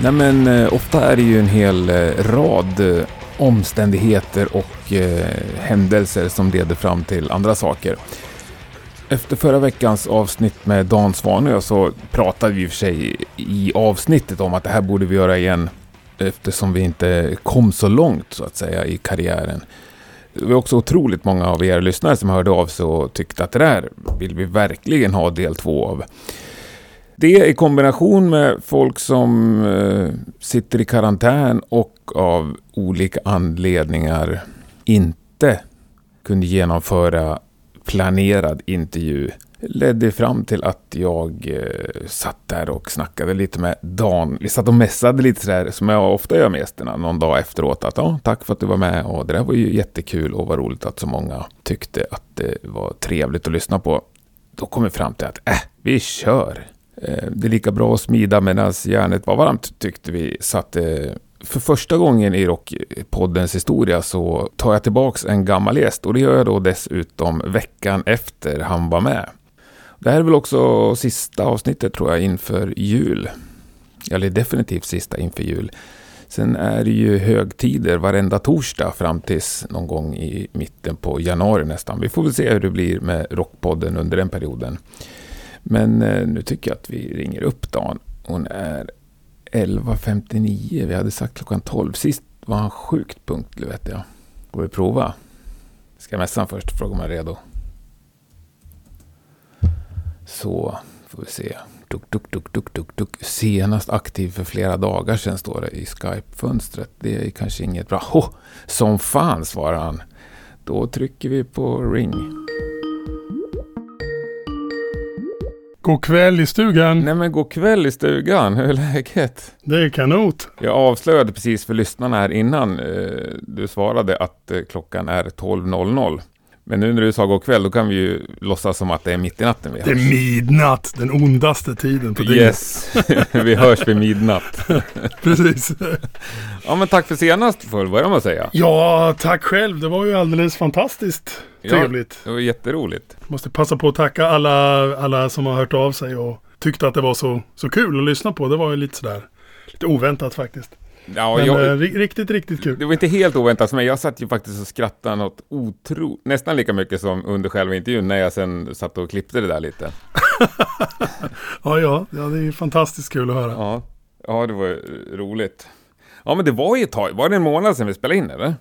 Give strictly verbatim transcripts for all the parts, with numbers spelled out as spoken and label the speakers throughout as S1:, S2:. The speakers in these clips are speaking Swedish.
S1: Nej, men eh, ofta är det ju en hel eh, rad eh, omständigheter och eh, händelser som leder fram till andra saker. Efter förra veckans avsnitt med Dan Svanö så pratade vi i och för sig i avsnittet om att det här borde vi göra igen eftersom vi inte kom så långt så att säga i karriären. Det var också otroligt många av er lyssnare som hörde av sig och tyckte att det där vill vi verkligen ha del två av. Det i kombination med folk som eh, sitter i karantän och av olika anledningar inte kunde genomföra planerad intervju ledde fram till att jag eh, satt där och snackade lite med Dan. Vi satt och mässade lite sådär som jag ofta gör med gästerna någon dag efteråt. Att ja, tack för att du var med och det där var ju jättekul och var roligt att så många tyckte att det var trevligt att lyssna på. Då kom vi fram till att äh, vi kör. Eh, det är lika bra att smida medan hjärnet var varmt tyckte vi. Så att eh, för första gången i Rockpoddens historia så tar jag tillbaks en gammal gäst och det gör jag då dessutom veckan efter han var med. Det här är väl också sista avsnittet tror jag inför jul. Eller definitivt sista inför jul. Sen är det ju högtider varenda torsdag fram tills någon gång i mitten på januari nästan. Vi får väl se hur det blir med Rockpodden under den perioden. Men eh, nu tycker jag att vi ringer upp Dan. Hon är elva femtionio. Vi hade sagt klockan tolv. Sist var han sjukt punktlig vet jag. Går vi prova? Ska jag mässa först? Fråga om jag är redo. Så får vi se. Duk, duk, duk, duk, duk, duk. Senast aktiv för flera dagar sedan står det i Skype-fönstret. Det är kanske inget bra. Oh, som fan svarar han. Då trycker vi på ring.
S2: God kväll i stugan.
S1: Nej men god kväll i stugan. Hur är läget?
S2: Det är kanot.
S1: Jag avslöjade precis för lyssnarna här innan. Eh, du svarade att eh, klockan är tolv noll noll. Men nu när du sa god kväll då kan vi ju låtsas som att det är mitt i natten. Vi hörs.
S2: Det är midnatt, den ondaste tiden på dygnet.
S1: Yes, vi hörs vid midnatt.
S2: Precis.
S1: Ja men tack för senast får jag börja med att säga.
S2: Ja, tack själv. Det var ju alldeles fantastiskt trevligt.
S1: Ja, det var jätteroligt.
S2: Måste passa på att tacka alla, alla som har hört av sig och tyckte att det var så, så kul att lyssna på. Det var ju lite sådär, lite oväntat faktiskt.
S1: Ja,
S2: men
S1: jag,
S2: eh, riktigt, riktigt kul.
S1: Det var inte helt oväntat men jag satt ju faktiskt och skrattade något otro, nästan lika mycket som under själva intervjun när jag sen satt och klippte det där lite.
S2: ja, ja, ja, det är ju fantastiskt kul att höra.
S1: Ja, ja, det var roligt. Ja, men det var ju ett tag. Var det en månad sedan vi spelade in, eller?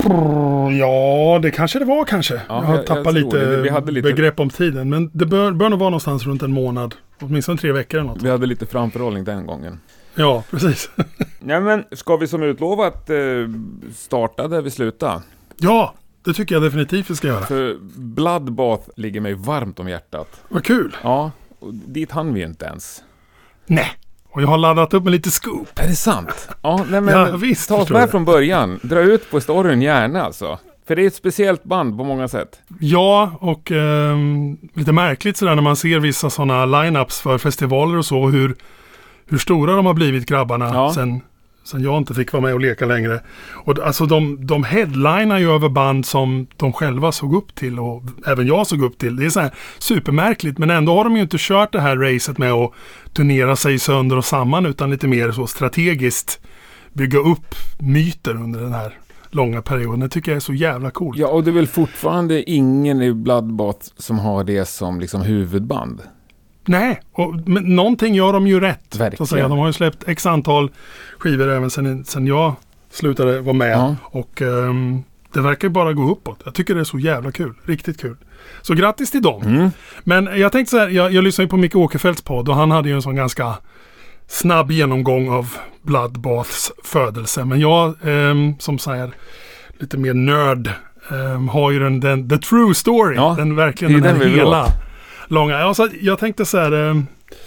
S2: Ja, det kanske det var kanske. Ja, jag har jag, tappat jag lite, vi hade lite begrepp om tiden. Men det bör, bör nog vara någonstans runt en månad. Åtminstone tre veckor eller något.
S1: Vi hade lite framförhållning den gången.
S2: Ja, precis.
S1: Ja, men ska vi som utlovat eh, starta där vi slutar?
S2: Ja, det tycker jag definitivt vi ska göra.
S1: För Bloodbath ligger mig varmt om hjärtat.
S2: Vad kul.
S1: Ja, och dit hann vi inte ens.
S2: Nej, och jag har laddat upp med lite scoop.
S1: Är det sant? Ja, nej, men
S2: ja, visst,
S1: ta oss med från början. Dra ut på storyn gärna alltså. För det är ett speciellt band på många sätt.
S2: Ja, och eh, lite märkligt sådär när man ser vissa sådana lineups för festivaler och så. Hur, hur stora de har blivit grabbarna ja. sen, sen jag inte fick vara med och leka längre. Och alltså de, de headlinar ju över band som de själva såg upp till och även jag såg upp till. Det är så här supermärkligt men ändå har de ju inte kört det här racet med att turnera sig sönder och samman utan lite mer så strategiskt bygga upp myter under den här långa perioden. Det tycker jag är så jävla coolt.
S1: Ja, och det är väl fortfarande ingen i Bloodbath som har det som liksom huvudband.
S2: Nej, och, men någonting gör de ju rätt.
S1: Verkligen.
S2: Så att säga. De har ju släppt x antal skivor även sen, sen jag slutade vara med. Ja. Och um, det verkar ju bara gå uppåt. Jag tycker det är så jävla kul. Riktigt kul. Så grattis till dem. Mm. Men jag tänkte så här, jag, jag lyssnade på Micke Åkerfeldts podd och han hade ju en sån ganska snabb genomgång av Bloodbaths födelse. Men jag, um, som säger lite mer nörd, um, har ju den, den the true story. Ja, den verkligen den, den hela långa. Ja, så jag tänkte så här um,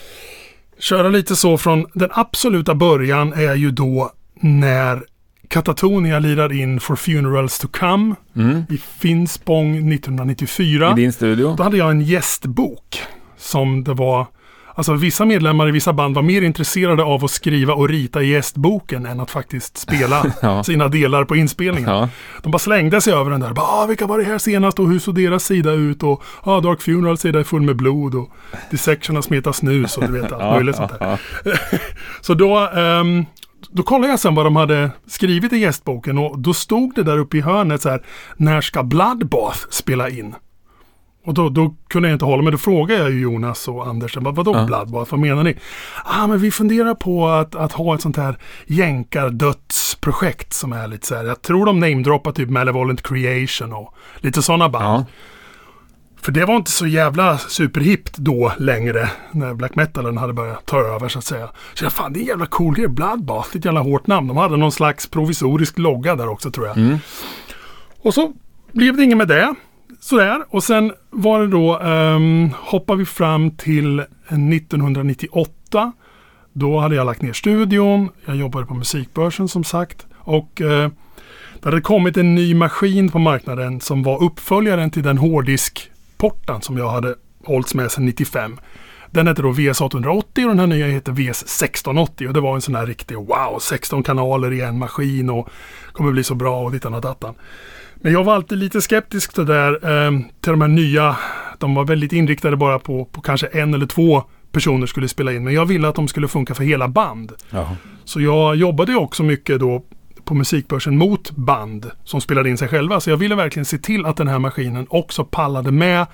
S2: köra lite så från den absoluta början är ju då när Katatonia lirar in For Funerals to Come mm. i Finspång nittonhundranittiofyra.
S1: I din studio.
S2: Då hade jag en gästbok som det var. Alltså vissa medlemmar i vissa band var mer intresserade av att skriva och rita i gästboken än att faktiskt spela ja. sina delar på inspelningen. Ja. De bara slängde sig över den där. Bara, ah, vilka var det här senast och hur såg deras sida ut? Och ah, Dark Funeral sida är full med blod och Dissection har smetat snus och du vet allt ja, möjligt sånt där. Ja, ja. Så då um, då kollade jag sen vad de hade skrivit i gästboken och då stod det där uppe i hörnet så här: när ska Bloodbath spela in? Och då, då kunde jag inte hålla mig. Då frågade jag ju Jonas och Anders, vad, vadå ja. Bloodbath, vad menar ni? Ah, men vi funderar på att, att ha ett sånt här jänkardödsprojekt som är lite så här, jag tror de namedroppar typ Malevolent Creation och lite sådana band. Ja. För det var inte så jävla superhippt då längre, när black metalen hade börjat ta över så att säga. Så jag fan, det är en jävla cool grej, Bloodbath, det är ett jävla hårt namn. De hade någon slags provisorisk logga där också, tror jag. Mm. Och så blev det inget med det. Sådär. Och sen var det då, um, hoppar vi fram till nittonhundranittioåtta. Då hade jag lagt ner studion. Jag jobbade på Musikbörsen som sagt. Och uh, det hade kommit en ny maskin på marknaden som var uppföljaren till den hårddiskportan som jag hade hållits med sedan nittiofem. Den hette då V S åttahundraåttio och den här nya heter V S sextonhundraåttio. Och det var en sån här riktig wow, sexton kanaler i en maskin och kommer bli så bra och dittan och dattan. Men jag var alltid lite skeptisk till, där, eh, till de här nya. De var väldigt inriktade bara på, på kanske en eller två personer skulle spela in. Men jag ville att de skulle funka för hela band. Jaha. Så jag jobbade också mycket då på Musikbörsen mot band som spelade in sig själva. Så jag ville verkligen se till att den här maskinen också pallade med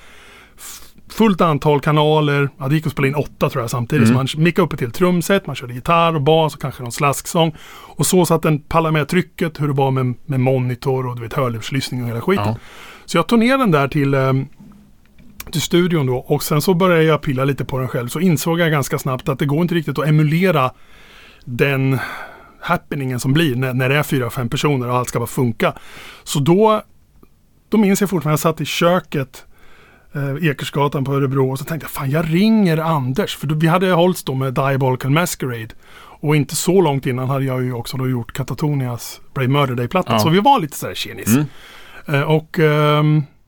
S2: fullt antal kanaler. Ja, det gick att spela in åtta tror jag samtidigt. Mm. Så man mickade upp ett till trumset, man körde gitarr och bas och kanske någon slasksång. Och så så att den pallade med trycket, hur det var med, med monitor och du vet, hörlurslyssning och hela skiten. Ja. Så jag tog ner den där till, um, till studion då och sen så började jag pilla lite på den själv. Så insåg jag ganska snabbt att det går inte riktigt att emulera den happeningen som blir när, när det är fyra, fem personer och allt ska bara funka. Så då, då minns jag fortfarande, jag satt i köket Eh, Ekersgatan på Örebro och så tänkte jag, fan jag ringer Anders, för då, vi hade hållits då med Diabolical Masquerade och inte så långt innan hade jag ju också då gjort Katatonias Brave Murder Day-plattan, ja. Så vi var lite sådär tjenis. Mm. Eh, och eh,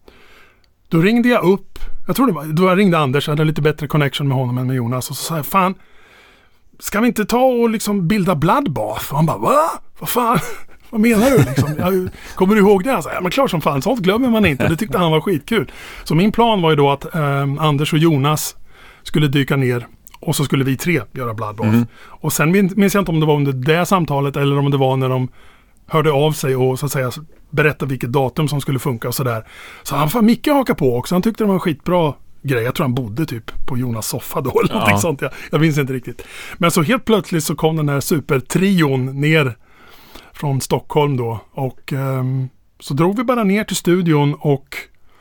S2: då ringde jag upp, jag tror det var, då jag ringde Anders, jag hade lite bättre connection med honom än med Jonas och så sa jag, fan ska vi inte ta och liksom bilda Bloodbath? Och han bara, va? Vad fan? Vad menar du liksom? Jag, kommer du ihåg det? Jag sa, ja men klart som fan, sånt glömmer man inte. Det tyckte han var skitkul. Så min plan var ju då att eh, Anders och Jonas skulle dyka ner och så skulle vi tre göra Bloodbath. Mm. Och sen minns jag inte om det var under det samtalet eller om det var när de hörde av sig och så att säga berättade vilket datum som skulle funka och sådär. Så han fan Micke haka på också. Han tyckte det var en skitbra grej. Jag tror han bodde typ på Jonas soffa då eller ja. någonting sånt. Jag, jag minns inte riktigt. Men så helt plötsligt så kom den här supertrion ner från Stockholm då och um, så drog vi bara ner till studion och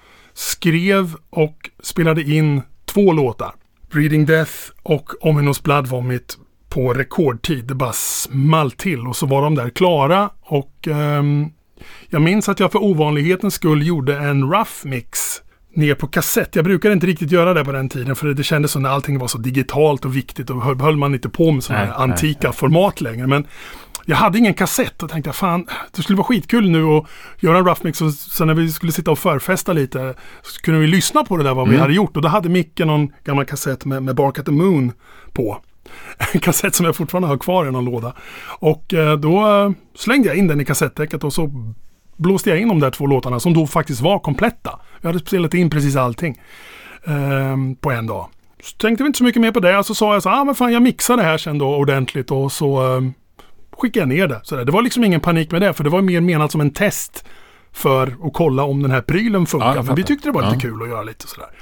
S2: skrev och spelade in två låtar. Breeding Death och Ominous Blood Vomit på rekordtid. Det bara small till och så var de där klara och um, jag minns att jag för ovanlighetens skull gjorde en rough mix ner på kassett. Jag brukade inte riktigt göra det på den tiden för det kändes som när allting var så digitalt och viktigt och höll, höll man inte på med sådana här antika nej, nej. format längre. Men jag hade ingen kassett och tänkte fan, det skulle vara skitkul nu att göra en rough mix och sen när vi skulle sitta och förfesta lite så kunde vi lyssna på det där vad mm. vi hade gjort och då hade Micke någon gammal kassett med, med Bark at the Moon på. En kassett som jag fortfarande har kvar i någon låda. Och eh, då eh, slängde jag in den i kassettdäcket och så blåste jag in de där två låtarna som då faktiskt var kompletta. Jag hade spelat in precis allting eh, på en dag. Så tänkte vi inte så mycket mer på det och så sa jag så ah men fan jag mixar det här sen då ordentligt och så eh, skickade jag ner det. Så där. Det var liksom ingen panik med det för det var mer menat som en test för att kolla om den här prylen funkar. Ja, för vi tyckte det var ja. lite kul att göra lite sådär.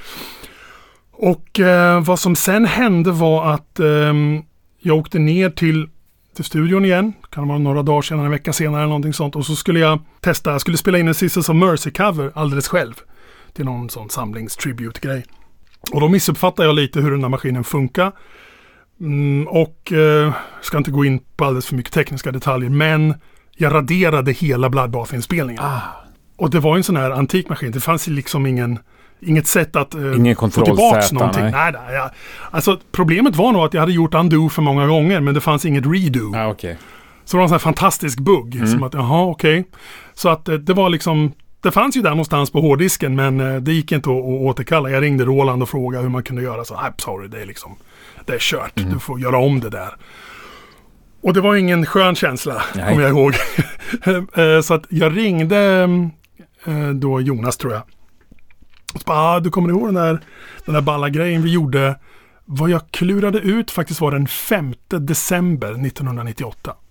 S2: Och eh, vad som sen hände var att eh, jag åkte ner till, till studion igen. Kan vara några dagar senare, en vecka senare eller någonting sånt. Och så skulle jag testa, jag skulle spela in en Sisters of Mercy-cover alldeles själv. Till någon sån samlings-tribute-grej. Och då missuppfattade jag lite hur den här maskinen funkar. Mm, och eh, ska inte gå in på alldeles för mycket tekniska detaljer. Men jag raderade hela Bloodbath-inspelningen. Ah. Och det var en sån här antikmaskin. Det fanns liksom ingen... Inget sätt att uh,
S1: Ingen
S2: få tillbaka någonting.
S1: Nej.
S2: Nej, nej, ja. Alltså, problemet var nog att jag hade gjort undo för många gånger men det fanns inget redo.
S1: Ah, okay.
S2: Så det var en sån här fantastisk bugg. Mm. Som att, jaha, okej. Okay. Så att det var liksom, det fanns ju där någonstans på hårddisken men uh, det gick inte att, att återkalla. Jag ringde Roland och frågade hur man kunde göra. Så, I'm sorry, det är liksom, det är kört. Mm. Du får göra om det där. Och det var ingen skön känsla, nej. Om jag ihåg. Så att jag ringde uh, då Jonas tror jag. Och så bara, ah, du kommer ihåg den där, den där balla grejen vi gjorde. Vad jag klurade ut faktiskt var den femte december nittonhundranittioåtta.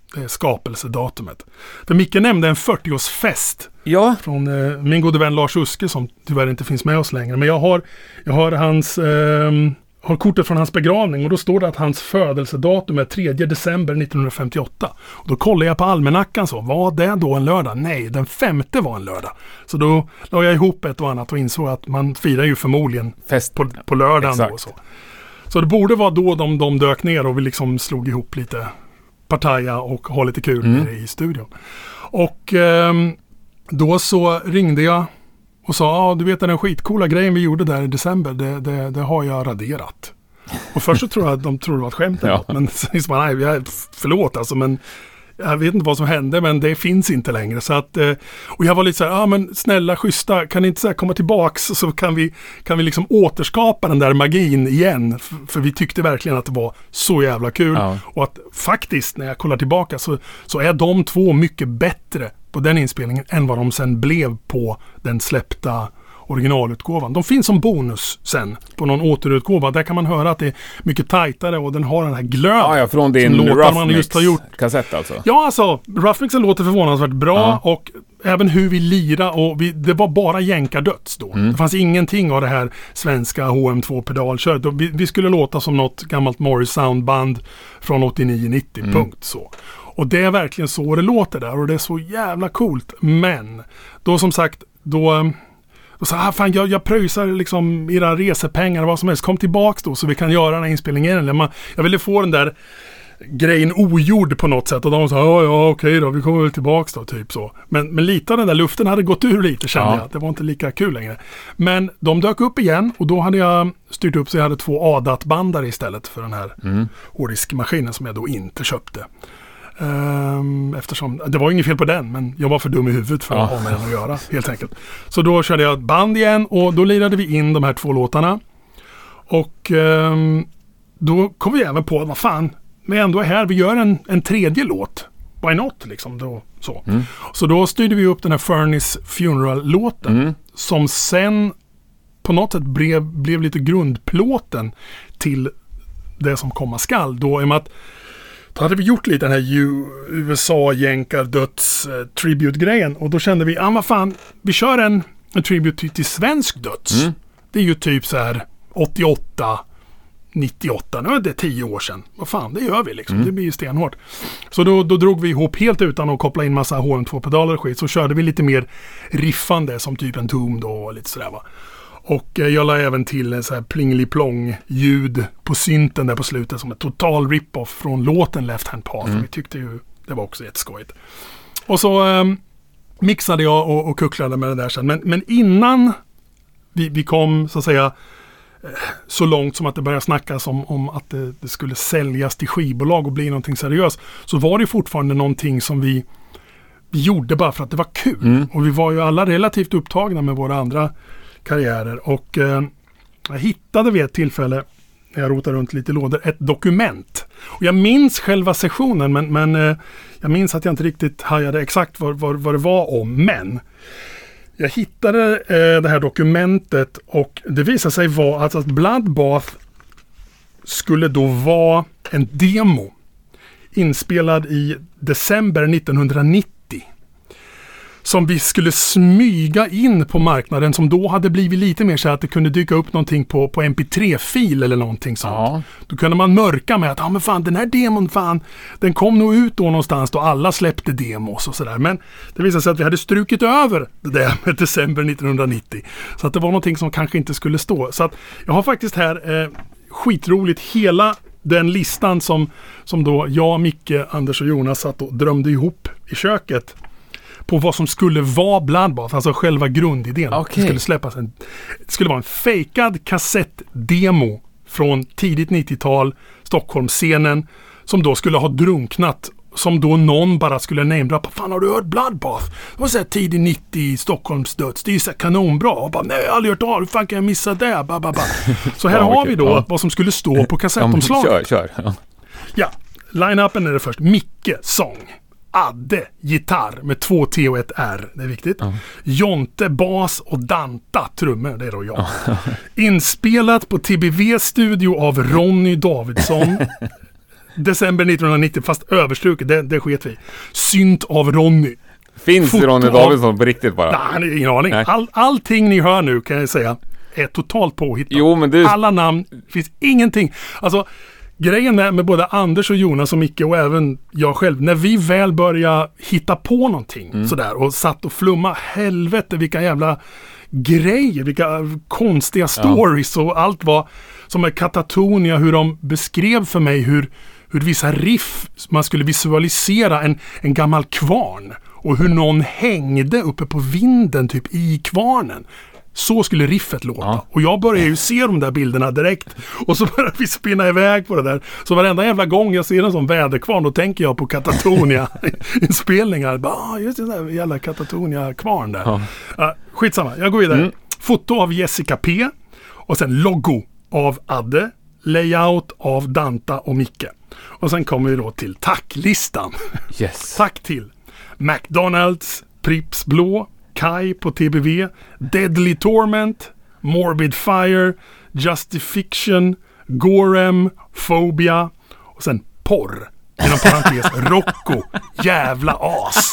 S2: Det är skapelsedatumet. För Micke nämnde en fyrtioårsfest
S1: ja.
S2: från eh, min gode vän Lars Uske som tyvärr inte finns med oss längre. Men jag har, jag har hans... Eh, har kortet från hans begravning och då står det att hans födelsedatum är tredje december nittonhundrafemtioåtta. Och då kollar jag på almanackan så, var det då en lördag? Nej, den femte var en lördag. Så då la jag ihop ett och annat och insåg att man firar ju förmodligen
S1: fest
S2: på, på lördagen
S1: Exakt.
S2: då och så. Så det borde vara då de, de dök ner och vi liksom slog ihop lite partaja och ha lite kul mm. i studion. Och eh, då så ringde jag och sa, ja ah, du vet den skitcoola grejen vi gjorde där i december, det, det, det har jag raderat. Och först så tror jag att de tror det var ett skämt. ja. Men sen så man, nej, förlåt alltså, men jag vet inte vad som hände, men det finns inte längre. Så att, och jag var lite så här, ja ah, men snälla, schyssta, kan ni inte så här komma tillbaks så kan vi, kan vi liksom återskapa den där magin igen. För, för vi tyckte verkligen att det var så jävla kul. Ja. Och att faktiskt, när jag kollar tillbaka så, så är de två mycket bättre på den inspelningen än vad de sen blev på den släppta originalutgåvan. De finns som bonus sen på någon återutgåva. Där kan man höra att det är mycket tajtare och den har den här glöden.
S1: Ja, ja, från din Roughmix-kassett alltså.
S2: Ja, alltså, Roughmixen låter förvånansvärt bra ja. Och även hur vi lira och vi, det var bara jänkardöds då. Mm. Det fanns ingenting av det här svenska H M två-pedalköret. Vi, vi skulle låta som något gammalt Morris soundband från åttionio nittio, mm. punkt så. Och det är verkligen så det låter där och det är så jävla coolt. Men då som sagt, då... Och så ah, fan, jag, jag pröjsar liksom era resepengar och vad som helst. Kom tillbaks då så vi kan göra den här inspelningen. Man, jag ville få den där grejen ogjord på något sätt. Och de sa, ja, ja okej då, vi kommer väl tillbaks då, typ så. Men, men lite av den där luften hade gått ur lite, kände ja. jag. Det var inte lika kul längre. Men de dök upp igen och då hade jag styrt upp så jag hade två A D A T-bandare istället för den här mm. hårddiskmaskinen som jag då inte köpte. Um, eftersom, det var inget fel på den, men jag var för dum i huvudet för att ja. ha med den att göra, helt enkelt. Så då körde jag ett band igen och då lirade vi in de här två låtarna. Och um, då kom vi även på, vad fan, vi ändå är här, vi gör en, en tredje låt. Why not, liksom då, så. Mm. Så då styrde vi upp den här Furnace Funeral-låten mm. som sen på något sätt blev, blev lite grundplåten till det som komma skall. Då, i och med att då hade vi gjort lite den här U S A-jänkar-döds-tribute-grejen. Och då kände vi, ja ah, vad fan, vi kör en, en tribute till, till svensk döds. Mm. Det är ju typ så här åttioåtta, nittioåtta, nu är det tio år sedan. Vad fan, det gör vi liksom. Mm. Det blir ju stenhårt. Så då, då drog vi ihop helt utan att koppla in massa H M två-pedaler och skit. Så körde vi lite mer riffande som typ en Tomb då och lite sådär va. Och jag la även till en så här plingeli-plong-ljud på synten där på slutet som en total rip-off från låten Left Hand Path. Mm. Vi tyckte ju det var också jätteskojigt. Och så um, mixade jag och, och kucklade med det där sen. Men, men innan vi, vi kom så att säga så långt som att det började snackas om, om att det, det skulle säljas till skivbolag och bli någonting seriöst, så var det fortfarande någonting som vi, vi gjorde bara för att det var kul. Mm. Och vi var ju alla relativt upptagna med våra andra karriärer. Och eh, jag hittade vid ett tillfälle, när jag rotade runt lite lådor, ett dokument. Och jag minns själva sessionen, men, men eh, jag minns att jag inte riktigt hajade exakt vad, vad, vad det var om. Men jag hittade eh, det här dokumentet och det visade sig vara att, att Bloodbath skulle då vara en demo inspelad i december nittonhundranittio. Som vi skulle smyga in på marknaden, som då hade blivit lite mer så att det kunde dyka upp någonting på, på M P tre-fil eller någonting sånt. Ja. Då kunde man mörka med att ja men fan, den här demon fan, den kom nog ut då någonstans då alla släppte demos och sådär. Men det visade sig att vi hade strukit över det där med december nittonhundranittio. Så att det var någonting som kanske inte skulle stå. Så att jag har faktiskt här eh, skitroligt hela den listan som, som då jag, Micke, Anders och Jonas satt och drömde ihop i köket på vad som skulle vara Bloodbath, alltså själva grundidén. Okay. Det skulle släppas en, det skulle vara en fejkad kassettdemo från tidigt nittiotal, Stockholmsscenen, som då skulle ha drunknat, som då någon bara skulle namedroppa, fan har du hört Bloodbath? Det var så här tidigt nittio Stockholms döds, det är ju så här kanonbra. Och bara, nej jag har aldrig hört av, hur fan kan jag missa det? Ba, ba, ba. Så här ja, har okay. vi då ja. vad som skulle stå på kassettomslaget.
S1: Ja, kör, kör. Ja,
S2: ja line-upen är det först. Micke, sång. Adde, gitarr med två T och ett R, det är viktigt. Uh-huh. Jonte, bas och Danta, trummor, det är då jag. Uh-huh. Inspelat på T B V-studio av Ronny Davidsson. december nittonhundranittio, fast överstruket, det, det sket vi. Synt av Ronny.
S1: Finns
S2: Foto
S1: Ronny
S2: av...
S1: Davidsson på riktigt bara?
S2: Nej, ingen aning. All, allting ni hör nu kan jag säga är totalt påhittat.
S1: Jo, men du...
S2: Alla namn, finns ingenting. Alltså, grejen med, med både Anders och Jonas och Micke och även jag själv, när vi väl börjar hitta på någonting mm. sådär och satt och flumma, helvete vilka jävla grejer, vilka konstiga stories ja. Och allt var som med Katatonia, hur de beskrev för mig hur, hur vissa riff, man skulle visualisera en, en gammal kvarn och hur någon hängde uppe på vinden typ i kvarnen. Så skulle riffet låta. Ja. Och jag började ju se de där bilderna direkt. Och så började vi spinna iväg på det där. Så varenda jävla gång jag ser en sån väderkvarn, då tänker jag på Katatonia-inspelningar. Ah, just det där jävla Katatonia-kvarn där. Ja. Uh, skitsamma, jag går vidare. Mm. Foto av Jessica P. Och sen logo av Adde. Layout av Danta och Micke. Och sen kommer vi då till tacklistan.
S1: Yes.
S2: Tack till McDonald's, Pripps Blå, Kai på T B V, Deadly Torment, Morbid Fire, Justifiction, Gorem, Phobia och sen porr. Inom parentes Rocco, jävla as.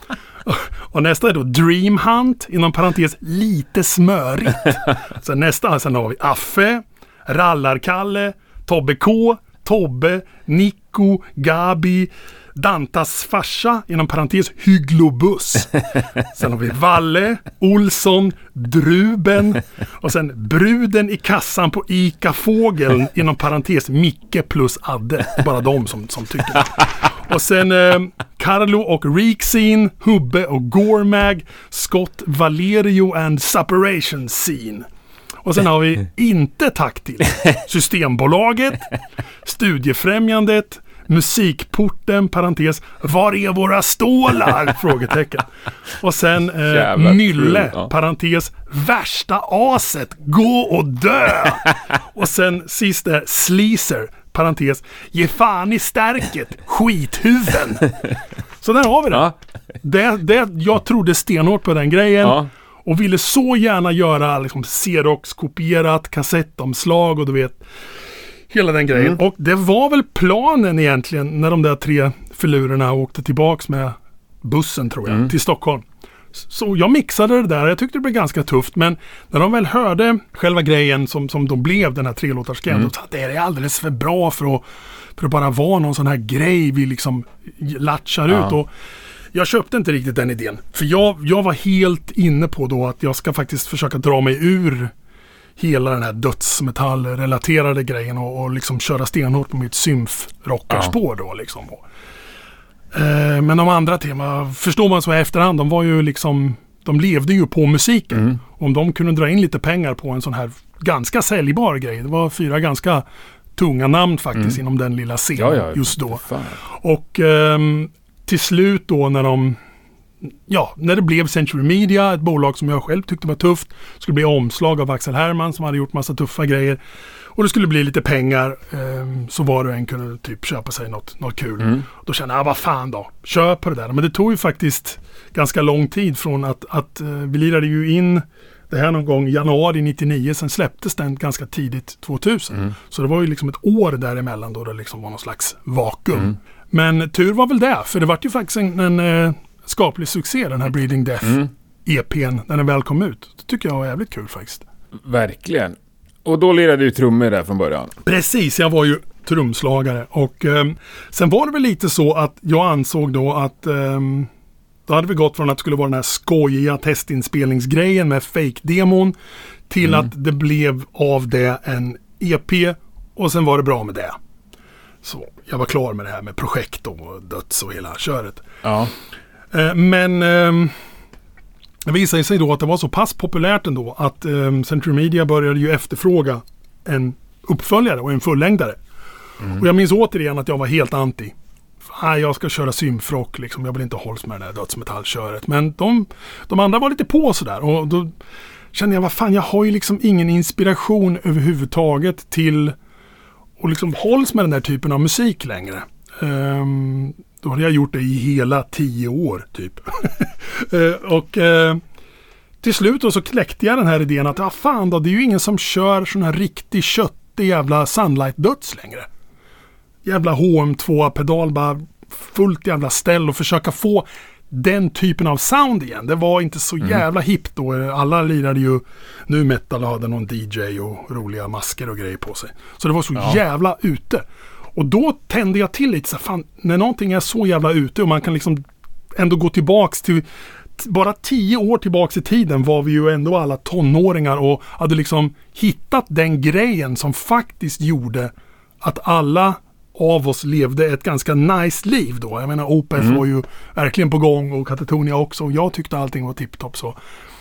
S2: Och nästa är då Dream Hunt, inom parentes lite smörigt. Sen nästa, sen har vi Affe, Rallarkalle, Tobbe K, Tobbe, Nico, Gabi, Dantas farsa, inom parentes Hyglobus. Sen har vi Valle, Olsson, Druben och sen bruden i kassan på Ica Fågeln, inom parentes Micke plus Adde. Bara de som, som tycker det. Och sen eh, Carlo och Reeksin, Hubbe och Gormag, Scott, Valerio and Separation Scene. Och sen har vi inte tack till Systembolaget, Studiefrämjandet, Musikporten, parentes, var är våra stålar? Frågetecken. Och sen eh, Nylle, ja. Parentes, värsta aset, gå och dö. Och sen sist är Sleaser, parentes, ge fan i stärket, skithuven. Så där har vi det. Ja. det, det jag trodde stenhårt på den grejen. Ja. Och ville så gärna göra liksom Xerox-kopierat, kassettomslag och du vet, hela den grejen. Mm. Och det var väl planen egentligen när de där tre filurerna åkte tillbaks med bussen tror jag, mm. till Stockholm. Så jag mixade det där, jag tyckte det blev ganska tufft, men när de väl hörde själva grejen som, som då blev den här trelåtarsgrejen, mm. då sa att det är alldeles för bra för att, för att bara vara någon sån här grej vi liksom latchar ja. ut. Och jag köpte inte riktigt den idén. För jag, jag var helt inne på då att jag ska faktiskt försöka dra mig ur hela den här dödsmetallrelaterade grejen och, och liksom köra stenhårt på mitt symf-rockarspår ja. då liksom. Eh, men de andra tema, förstår man så i efterhand, de var ju liksom, de levde ju på musiken. Mm. Om de kunde dra in lite pengar på en sån här ganska säljbar grej. Det var fyra ganska tunga namn faktiskt mm. inom den lilla scenen ja, ja, just då. Fan. Och ehm, till slut då när de ja, när det blev Century Media, ett bolag som jag själv tyckte var tufft, skulle bli omslag av Axel Herman som hade gjort massa tuffa grejer och det skulle bli lite pengar um, så var det en kunde typ köpa sig något, något kul. Mm. Då kände jag, ah, vad fan då, köp på det där. Men det tog ju faktiskt ganska lång tid från att, att uh, vi lirade ju in det här någon gång i januari nittionio, sen släpptes den ganska tidigt tvåtusen. Mm. Så det var ju liksom ett år däremellan då det liksom var någon slags vakuum. Mm. Men tur var väl det, för det var ju faktiskt en, en uh, skaplig succé, den här Breeding Death mm. E P:n, när den väl kom ut. Det tycker jag var jävligt kul faktiskt.
S1: Verkligen. Och då lirade du trummor där från början.
S2: Precis, jag var ju trumslagare. Och eh, sen var det väl lite så att jag ansåg då att eh, då hade vi gått från att det skulle vara den här skojiga testinspelningsgrejen med fake-demon till mm. att det blev av det en E P och sen var det bra med det. Så jag var klar med det här med projekt och döds och hela köret. Ja. Eh, men eh, det visade sig då att det var så pass populärt ändå att eh, Century Media började ju efterfråga en uppföljare och en fullängdare. Mm. Och jag minns återigen att jag var helt anti. Nej, jag ska köra symfrock liksom. Jag vill inte hållas med det där dödsmetallköret. Men de, de andra var lite på sådär. Och då kände jag, vad fan, jag har ju liksom ingen inspiration överhuvudtaget till och liksom hålls med den där typen av musik längre. Um, då hade jag gjort det i hela tio år typ. uh, och uh, till slut då så kläckte jag den här idén att ja fan då, det är ju ingen som kör sån här riktig köttig jävla Sunlight-döds längre. jävla H M två-pedal, bara fullt jävla ställ och försöka få den typen av sound igen. Det var inte så jävla hippt då. Alla lirade ju nu metal och hade någon D J och roliga masker och grejer på sig. Så det var så ja. jävla ute. Och då tände jag till lite så fan, när någonting är så jävla ute och man kan liksom ändå gå tillbaks till bara tio år tillbaks i tiden var vi ju ändå alla tonåringar och hade liksom hittat den grejen som faktiskt gjorde att alla av oss levde ett ganska nice liv då. Jag menar, Opeth mm. var ju verkligen på gång och Katatonia också och jag tyckte allting var tipptopp så.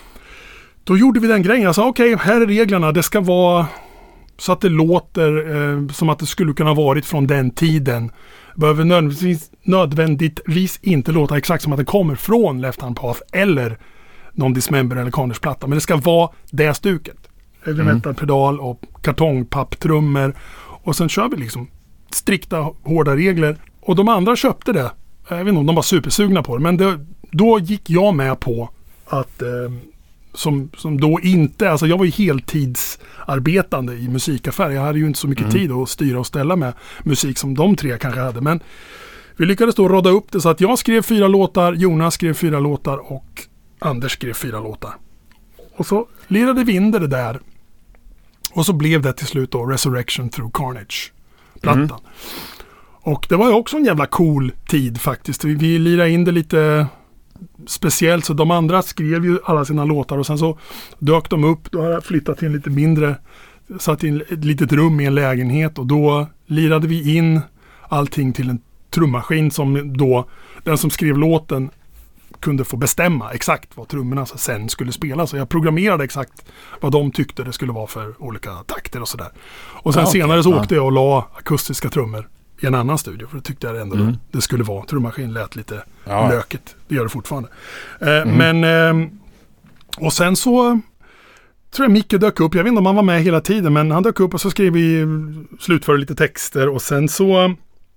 S2: Då gjorde vi den grejen. Jag sa okej, okay, här är reglerna. Det ska vara så att det låter eh, som att det skulle kunna varit från den tiden. Behöver nödvändigtvis, nödvändigtvis inte låta exakt som att det kommer från Left Hand Path eller någon Dismember eller Carnage platta. Men det ska vara det stuket. Heavy metal mm. pedal och kartongpapptrummor. Och sen kör vi liksom strikta, hårda regler. Och de andra köpte det. Jag vet inte om de var supersugna på det. Men det, då gick jag med på att eh, som, som då inte, alltså jag var ju heltidsarbetande i musikaffär. Jag hade ju inte så mycket mm. tid att styra och ställa med musik som de tre kanske hade. Men vi lyckades då råda upp det så att jag skrev fyra låtar, Jonas skrev fyra låtar och Anders skrev fyra låtar. Och så lirade vi in det där. Och så blev det till slut då Resurrection Through Carnage-plattan. Mm. Och det var ju också en jävla cool tid faktiskt. Vi, vi lirade in det lite speciellt, så de andra skrev ju alla sina låtar och sen så dök de upp. Då har jag flyttat till en lite mindre, satt in ett litet rum i en lägenhet och då lirade vi in allting till en trummaskin som då, den som skrev låten kunde få bestämma exakt vad trummorna sen skulle spela. Så jag programmerade exakt vad de tyckte det skulle vara för olika takter och sådär. Och sen ah, okay. senare så åkte jag och la akustiska trummor i en annan studio, för det tyckte jag ändå mm. det skulle vara. Trummaskin lät lite ja. lökigt. Det gör det fortfarande. Eh, mm. Men eh, och sen så tror jag Micke dök upp. Jag vet inte om han var med hela tiden, men han dök upp och så skrev vi slutförde lite texter och sen så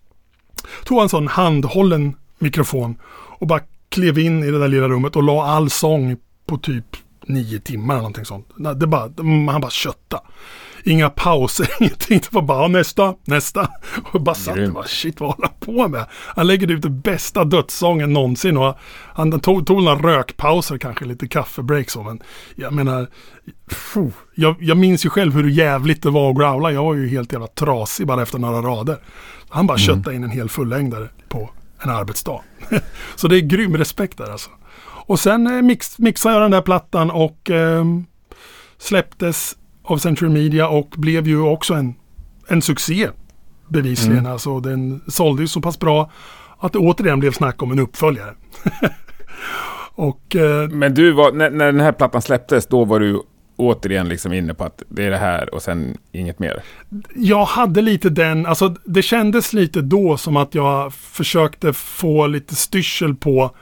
S2: tog han en sån handhållen mikrofon och bara klev in i det där lilla rummet och la all sång på typ nio timmar eller någonting sånt. Det bara, han bara kötta. Inga pauser, ingenting. Det var bara nästa, nästa. Och bara satt och bara, shit, vad håller han på med? Han lägger ut det bästa dödssången någonsin och han tog, tog några rökpauser, kanske lite kaffebreak så, men jag menar, pfuh, jag, jag minns ju själv hur jävligt det var att growla. Jag var ju helt jävla trasig bara efter några rader. Han bara mm. köttade in en hel fullängdare på en arbetsdag. Så det är grym respekt där alltså. Och sen eh, mix, mixade jag den där plattan och eh, släpptes av Century Media och blev ju också en, en succé bevisligen. Mm. Alltså den sålde ju så pass bra att det återigen blev snack om en uppföljare. och, eh,
S1: Men du var, när, när den här plattan släpptes, då var du återigen liksom inne på att det är det här och sen inget mer?
S2: Jag hade lite den, alltså det kändes lite då som att jag försökte få lite styrsel på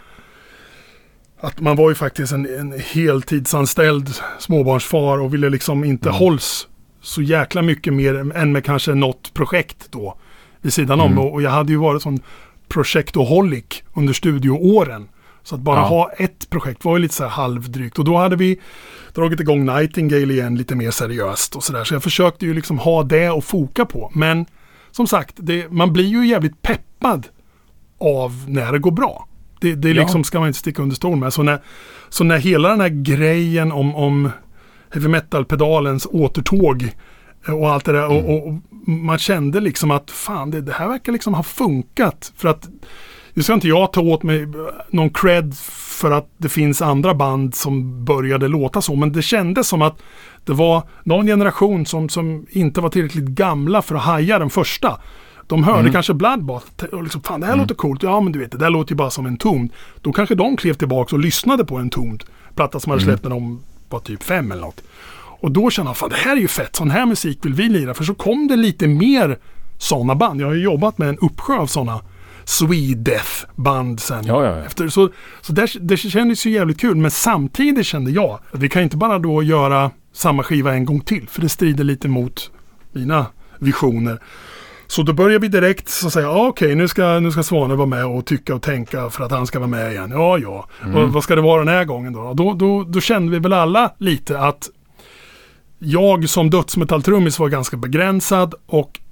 S2: att man var ju faktiskt en, en heltidsanställd småbarnsfar och ville liksom inte mm. hålls så jäkla mycket mer än med kanske något projekt då vid sidan mm. om. Och, och jag hade ju varit sån projektoholic under studioåren. Så att bara ja. ha ett projekt var ju lite så här halvdrygt. Och då hade vi dragit igång Nightingale igen lite mer seriöst och sådär. Så jag försökte ju liksom ha det och foka på. Men som sagt, det, man blir ju jävligt peppad av när det går bra. Det, det liksom ja. ska man inte sticka under stol med. Så när, så när hela den här grejen om, om heavy metal-pedalens återtåg och allt det där. Mm. Och, och, och man kände liksom att fan, det, det här verkar liksom ha funkat. För att nu ska inte jag ta åt mig någon cred för att det finns andra band som började låta så. Men det kändes som att det var någon generation som, som inte var tillräckligt gamla för att haja den första. De hörde mm. kanske Bloodbath och liksom, fan det här mm. låter coolt. Ja men du vet, det där låter ju bara som en Tomd. Då kanske de klev tillbaka och lyssnade på en Tomd platta som hade släppt när de var typ fem eller något. Och då kände jag, fan det här är ju fett, sån här musik vill vi lira. För så kom det lite mer såna band. Jag har ju jobbat med en uppsjö av såna Swede-death band sen.
S1: Ja, ja, ja.
S2: Efter, så så där, det kändes ju jävligt kul. Men samtidigt kände jag att vi kan inte bara då göra samma skiva en gång till. För det strider lite mot mina visioner. Så då börjar vi direkt så säga, ah, okej okay, nu ska, nu ska Svane vara med och tycka och tänka för att han ska vara med igen. Ja, ja. Mm. Och vad ska det vara den här gången då? Då, då? Då kände vi väl alla lite att jag som dödsmetalltrummis var ganska begränsad och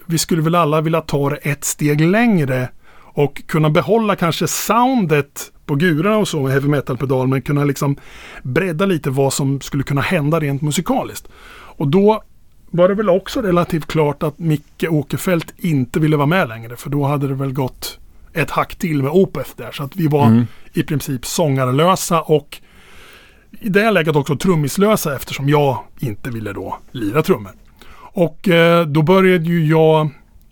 S2: vi skulle väl alla vilja ta det ett steg längre och kunna behålla kanske soundet på gurorna och så med heavy metal-pedal, men kunna liksom bredda lite vad som skulle kunna hända rent musikaliskt. Och då var det väl också relativt klart att Micke Åkerfeldt inte ville vara med längre, för då hade det väl gått ett hack till med Opeth där, så att vi var mm. i princip sångarlösa och i det läget också trummislösa, eftersom jag inte ville då lira trummor. Och eh, då började ju jag,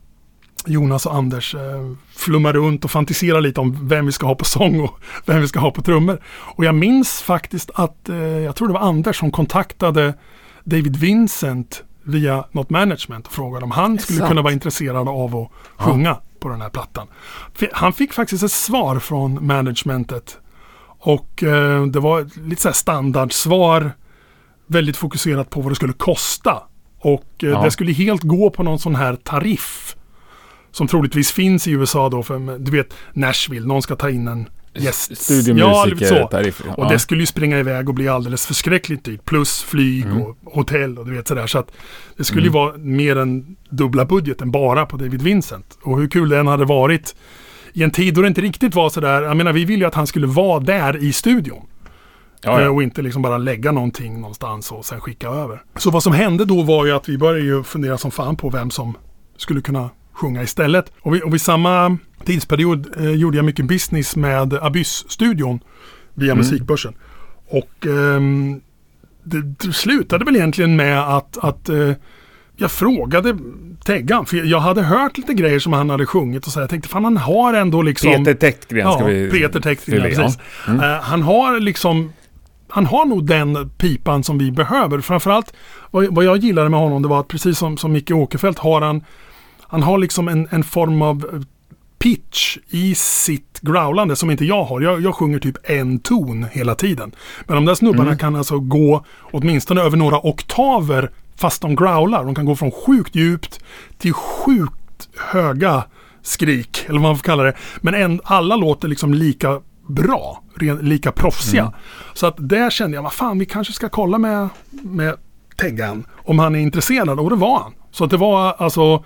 S2: Jonas och Anders eh, flumma runt och fantisera lite om vem vi ska ha på sång och vem vi ska ha på trummor. Och jag minns faktiskt att eh, jag tror det var Anders som kontaktade David Vincent via Not Management och frågade om han skulle Sant. kunna vara intresserad av att sjunga ja. på den här plattan. Han fick faktiskt ett svar från managementet och eh, det var lite så här standardsvar, väldigt fokuserat på vad det skulle kosta. Och eh, ja. det skulle helt gå på någon sån här tariff som troligtvis finns i U S A då, för du vet Nashville, någon ska ta in en gäst.
S1: Studiomusiker
S2: ja,
S1: tariff. Ja.
S2: Och det skulle ju springa iväg och bli alldeles förskräckligt dyrt, plus flyg mm. och hotell och du vet sådär, så att det skulle mm. ju vara mer än dubbla budgeten bara på David Vincent. Och hur kul det än hade varit i en tid då det inte riktigt var sådär, jag menar vi ville ju att han skulle vara där i studion. Ja, ja. Och inte liksom bara lägga någonting någonstans och sen skicka över. Så vad som hände då var ju att vi började ju fundera som fan på vem som skulle kunna sjunga istället. Och, vi, och vid samma tidsperiod eh, gjorde jag mycket business med Abyss-studion via mm. musikbörsen. Och eh, det, det slutade väl egentligen med att, att eh, jag frågade Teggan, för jag hade hört lite grejer som han hade sjungit och så jag tänkte, fan han har ändå liksom...
S1: Peter Täktgren ska
S2: ja,
S1: vi...
S2: Peter Täktgren, precis. Ja. Mm. Uh, han har liksom... Han har nog den pipan som vi behöver. Framförallt vad, vad jag gillade med honom, det var att precis som, som Micke Åkerfeldt har han... Han har liksom en, en form av pitch i sitt growlande som inte jag har. Jag, jag sjunger typ en ton hela tiden. Men de där snubbarna mm. kan alltså gå åtminstone över några oktaver fast de growlar. De kan gå från sjukt djupt till sjukt höga skrik, eller vad man får kalla det. Men en, alla låter liksom lika bra, lika proffsiga. Mm. Så att där kände jag, vad fan, vi kanske ska kolla med, med Teggan om han är intresserad. Och det var han. Så att det var alltså...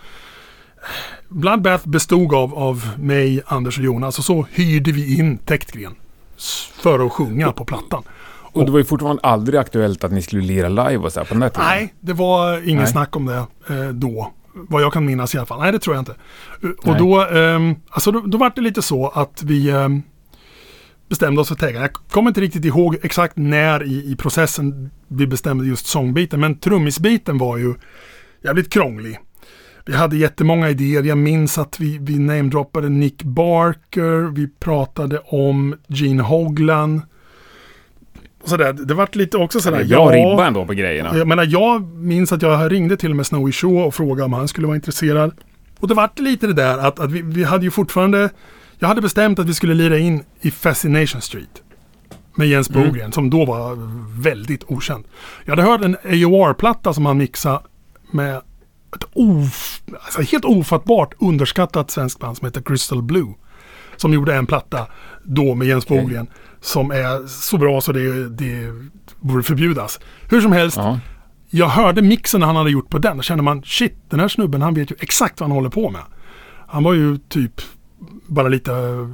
S2: Bloodbath bestod av, av mig, Anders och Jonas, och så hyrde vi in Täktgren för att sjunga på plattan. Och,
S1: och det var ju fortfarande aldrig aktuellt att ni skulle lira live och så här på den här tiden.
S2: Nej, det var ingen nej. snack om det eh, då. Vad jag kan minnas i alla fall. Nej, det tror jag inte. Och då, eh, alltså då, då var det lite så att vi eh, bestämde oss för Teggan. Jag kommer inte riktigt ihåg exakt när i, i processen vi bestämde just sångbiten, men trummisbiten var ju jävligt krånglig. Vi hade jättemånga idéer. Jag minns att vi, vi namedroppade Nick Barker. Vi pratade om Gene Hoglan. Och sådär. Det var lite också sådär.
S1: Jag ja, ribbar ändå på grejerna.
S2: Jag menar, jag minns att jag ringde till och med Snowy Shaw och frågade om han skulle vara intresserad. Och det var lite det där att, att vi, vi hade ju fortfarande... Jag hade bestämt att vi skulle lira in i Fascination Street. Med Jens Bogren, mm. som då var väldigt okänd. Jag hade hört en A O R-platta som han mixade med... ett of, alltså helt ofattbart underskattat svensk band som heter Crystal Blue, som gjorde en platta då med Jens Bogren okay. som är så bra så det, det borde förbjudas. Hur som helst, uh-huh. jag hörde mixen han hade gjort på den och kände man, shit, den här snubben, han vet ju exakt vad han håller på med. Han var ju typ bara lite...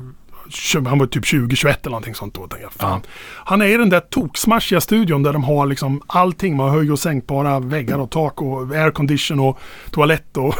S2: Han var typ tjugo tjugoett eller någonting sånt då. Tänkte jag, fan. Ja. Han är i den där toksmashiga studion där de har liksom allting med höj- och sänkbara väggar och tak och aircondition och toalett och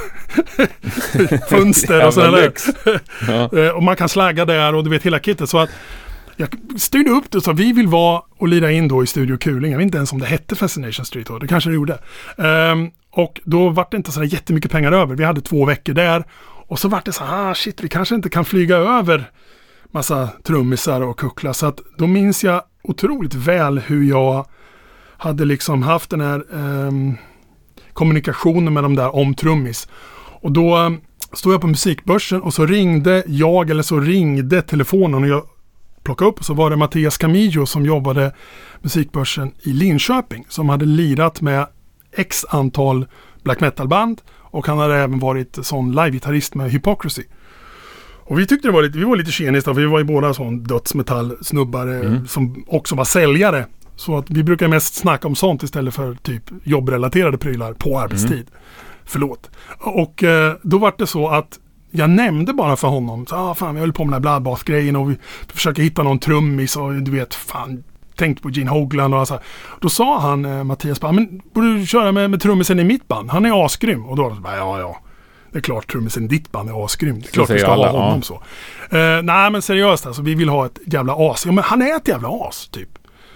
S2: fönster och sådär. Ja. Och man kan slagga där och du vet hela kittet. Så att jag styrde upp det så vi vill vara och lira in då i Studio Kuling. Jag vet inte ens om det hette Fascination Street då. Det kanske det gjorde. Um, och då var det inte så jättemycket pengar över. Vi hade två veckor där. Och så var det så här, ah, shit, vi kanske inte kan flyga över massa trummisar och kucklar. Så att då minns jag otroligt väl hur jag hade liksom haft den här um, kommunikationen med de där om trummis. Och då um, stod jag på musikbörsen och så ringde jag, eller så ringde telefonen och jag plockade upp, och så var det Mattias Camillo som jobbade musikbörsen i Linköping som hade lirat med x antal black metal-band, och han hade även varit sån live-gitarrist med Hypocrisy. Och vi tyckte det var lite, vi var lite tjeniska, för vi var ju båda sån dödsmetall-snubbar mm. som också var säljare. Så att vi brukar mest snacka om sånt istället för typ jobbrelaterade prylar på arbetstid. Förlåt. Och eh, då var det så att jag nämnde bara för honom, så, ah, fan, vi höll på med den här Bloodbath-grejen och vi försöker hitta någon trummis och du vet, fan, tänkt på Gene Hoglan och alltså. Då sa han, eh, Mattias, bara, men borde du köra med, med trummisen i mitt band? Han är asgrym. Och då var det bara, ja, ja. Det är klart trummisen i ditt band är asgrym. Det är klart vi ska alla, ha honom ja. så. Eh, nej, men seriöst alltså, vi vill ha ett jävla as. Ja, men han är ett jävla as, typ.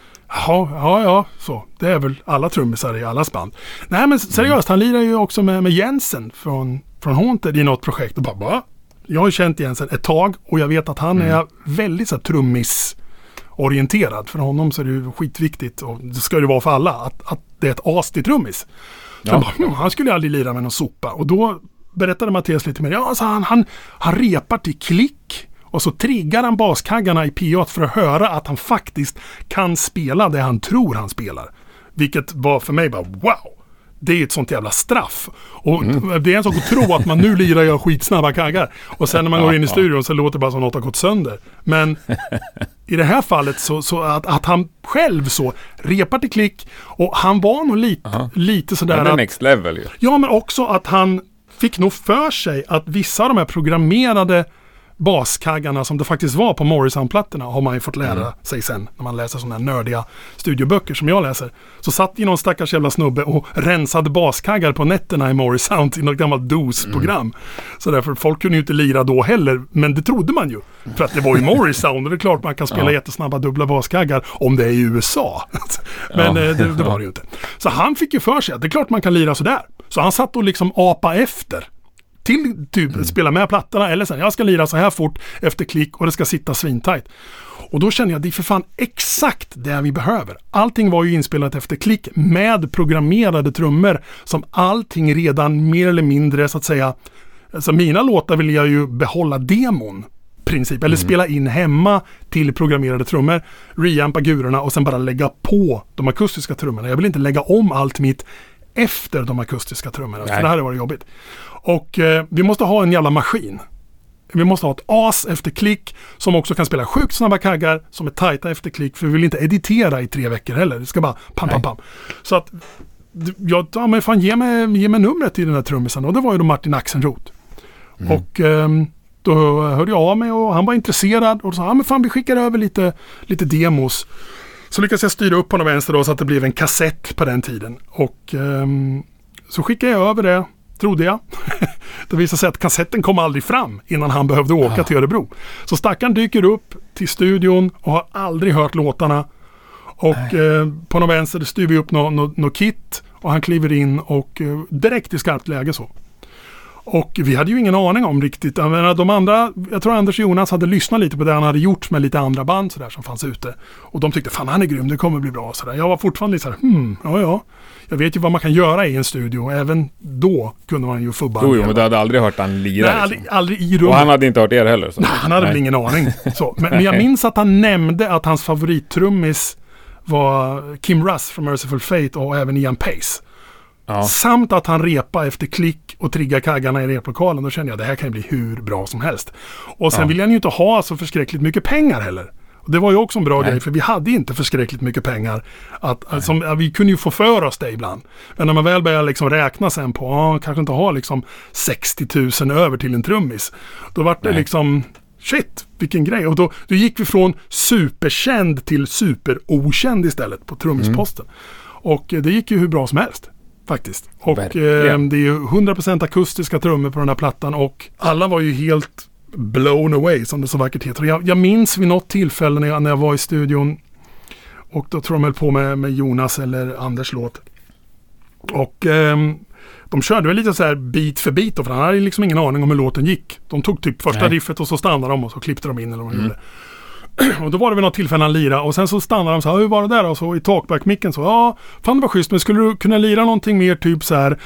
S2: Ja, ja, ja, så. Det är väl alla trummisar i allas band. Nej, men seriöst, han lirar ju också med, med Jensen från, från Haunted i något projekt. Och bara, bara, jag har ju känt Jensen ett tag och jag vet att han mm. är väldigt så här, trummis-orienterad. För honom så är det ju skitviktigt, och det ska det vara för alla, att, att det är ett as till trummis. Ja. Bara, hm, han skulle aldrig lira med någon sopa. Och då berättade Mattias lite mer. Ja, alltså han, han, han repar till klick. Och så triggar han baskaggarna i P åtta för att höra att han faktiskt kan spela det han tror han spelar. Vilket var för mig bara, wow! Det är ett sånt jävla straff. Och mm. det är en sak att tro att man nu lirar jag skitsnabba kaggar. Och sen när man går in i studion så låter det bara som något har gått sönder. Men i det här fallet så, så att, att han själv så repar till klick. Och han var nog lite, uh-huh. lite sådär.
S1: Det är next level ju.
S2: Ja, men också att han fick nog för sig att vissa av de här programmerade baskaggarna som det faktiskt var på Morrison-plattorna har man ju fått lära mm. sig sen när man läser sådana här nördiga studioböcker som jag läser. Så satt ju någon stackars jävla snubbe och rensade baskaggar på nätterna i Morrison i något gammalt D O S-program. Mm. Så därför folk kunde ju inte lira då heller, men det trodde man ju. För att det var ju Morrison och det är klart man kan spela ja. jättesnabba dubbla baskaggar om det är i U S A. Men ja. det, det var det ju inte. Så han fick ju för sig att det är klart man kan lira sådär. Så han satt och liksom apa efter. Till typ mm. spela med plattorna eller sen jag ska lira så här fort efter klick och det ska sitta svintajt. Och då känner jag att det är för fan exakt det vi behöver. Allting var ju inspelat efter klick med programmerade trummor som allting redan mer eller mindre så att säga. Alltså mina låtar vill jag ju behålla demon princip eller mm. spela in hemma till programmerade trummor, reampa gurorna och sen bara lägga på de akustiska trummorna. Jag vill inte lägga om allt mitt efter de akustiska trummorna. För det här var jobbigt. Och eh, vi måste ha en jävla maskin. Vi måste ha ett as efter klick som också kan spela sjukt snabba kaggar som är tajta efter klick, för vi vill inte editera i tre veckor heller. Det ska bara pam, pam, pam. Så att jag ja, men fan, ge mig, ge mig numret till den här trummisen, och det var ju då Martin Axenroth. Mm. Och eh, då hörde jag av mig och han var intresserad och sa, ja men fan vi skickar över lite, lite demos. Så lyckades jag styra upp på den vänster då så att det blev en kassett på den tiden. Och eh, så skickade jag över det. Trodde jag. Det visade sig att kassetten kom aldrig fram innan han behövde åka ja. till Örebro. Så stackaren dyker upp till studion och har aldrig hört låtarna. Och eh, på någon vänster styr vi upp något no, no kit och han kliver in och eh, direkt i skarpt läge så. Och vi hade ju ingen aning om riktigt. Jag menar, de andra, jag tror Anders och Jonas hade lyssnat lite på det han hade gjort med lite andra band så där, som fanns ute. Och de tyckte, fan han är grym, det kommer bli bra. Så där. Jag var fortfarande lite så här, hmm, ja ja. Jag vet ju vad man kan göra i en studio. Även då kunde man ju fubba.
S1: Jo, jo, men du hade aldrig hört han lira.
S2: Nej, aldrig,
S1: liksom.
S2: aldrig i rummet.
S1: Och han hade inte hört er heller. Så.
S2: Nej, han hade Nej. väl ingen aning. Så. Men, men jag minns att han nämnde att hans favorittrummis var Kim Russ från Merciful Fate och även Ian Pace. Ja. Samt att han repa efter klick och trigga kaggarna i replokalen. Då kände jag att det här kan ju bli hur bra som helst. Och sen ja. vill jag ju inte ha så förskräckligt mycket pengar heller. Och det var ju också en bra Nej. grej, för vi hade inte förskräckligt mycket pengar. Att, att, som, vi kunde ju få för oss det ibland. Men när man väl börjar liksom räkna sen på, ja, kanske inte ha liksom sextio tusen över till en trummis. Då var det Nej. liksom, shit, vilken grej. Och då, då gick vi från superkänd till superokänd istället på trummisposten. Mm. Och det gick ju hur bra som helst. Faktiskt. Och eh, det är ju hundra procent akustiska trummor på den här plattan och alla var ju helt blown away som det så vackert heter. Jag, jag minns vid något tillfälle när jag, när jag var i studion och då tror jag höll på med, med Jonas eller Anders låt. Och eh, de körde väl lite så här bit för bit, för han hade liksom ingen aning om hur låten gick. De tog typ första Nej. riffet och så stannade de och så klippte de in eller vad de mm. gjorde. Och då var det väl något tillfälle han lira och sen så stannade de så här, hur var det där? Och så i talkback-micken så, ja, fan det var schysst, men skulle du kunna lira någonting mer typ så här?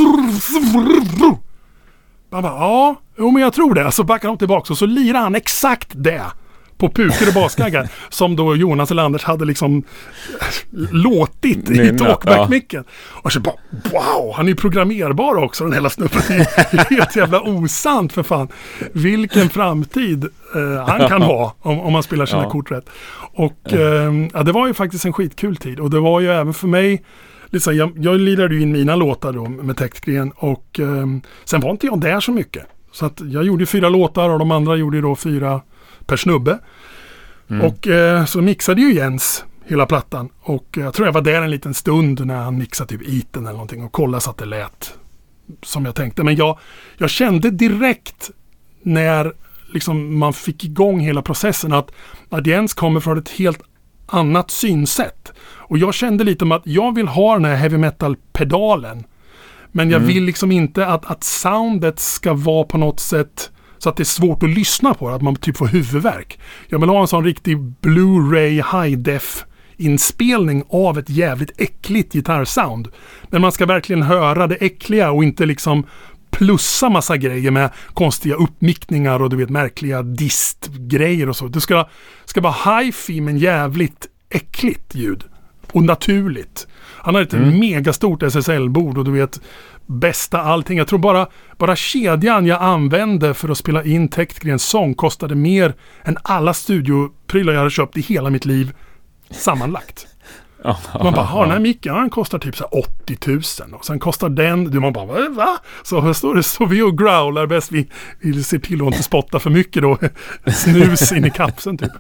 S2: Man bara, ja, jo men jag tror det. Så backar de tillbaka och så lirar han exakt det på puker och baskaggar som då Jonas eller Anders hade liksom låtit i talkback-micken. Och så bara, wow, han är ju programmerbar också, den hela snubben. Det är helt jävla osant för fan. Vilken framtid eh, han kan ha om, om man spelar sina ja. kort rätt. Och eh, ja, det var ju faktiskt en skitkul tid. Och det var ju även för mig liksom, jag, jag lirade ju in mina låtar då med Täktgren och eh, sen var inte jag där så mycket. Så att jag gjorde fyra låtar och de andra gjorde då fyra per snubbe. Mm. Och eh, så mixade ju Jens hela plattan. Och eh, jag tror jag var där en liten stund när han mixade typ iten eller någonting och kollade så att det lät som jag tänkte. Men jag, jag kände direkt när liksom man fick igång hela processen att, att Jens kommer från ett helt annat synsätt. Och jag kände lite om att jag vill ha den här heavy metal-pedalen. Men jag mm. vill liksom inte att, att soundet ska vara på något sätt så att det är svårt att lyssna på det, att man typ får huvudvärk. Jag vill ha en sån riktig Blu-ray high-def inspelning av ett jävligt äckligt gitarrsound. Men man ska verkligen höra det äckliga och inte liksom plussa massa grejer med konstiga uppmickningar och du vet märkliga distgrejer och så. Det ska, ska vara hi-fi men jävligt äckligt ljud. Och naturligt. Han har ett mm. megastort S S L-bord och du vet bästa allting. Jag tror bara, bara kedjan jag använde för att spela in Täktgrens sång kostade mer än alla studioprylar jag hade köpt i hela mitt liv sammanlagt. Man bara, har den här micken, den kostar typ så åttio tusen och sen kostar den, du man bara, va? Så här står det, så vi och growlar bäst, vi, vi ser till att inte spotta för mycket då, snus in i kapseln typ.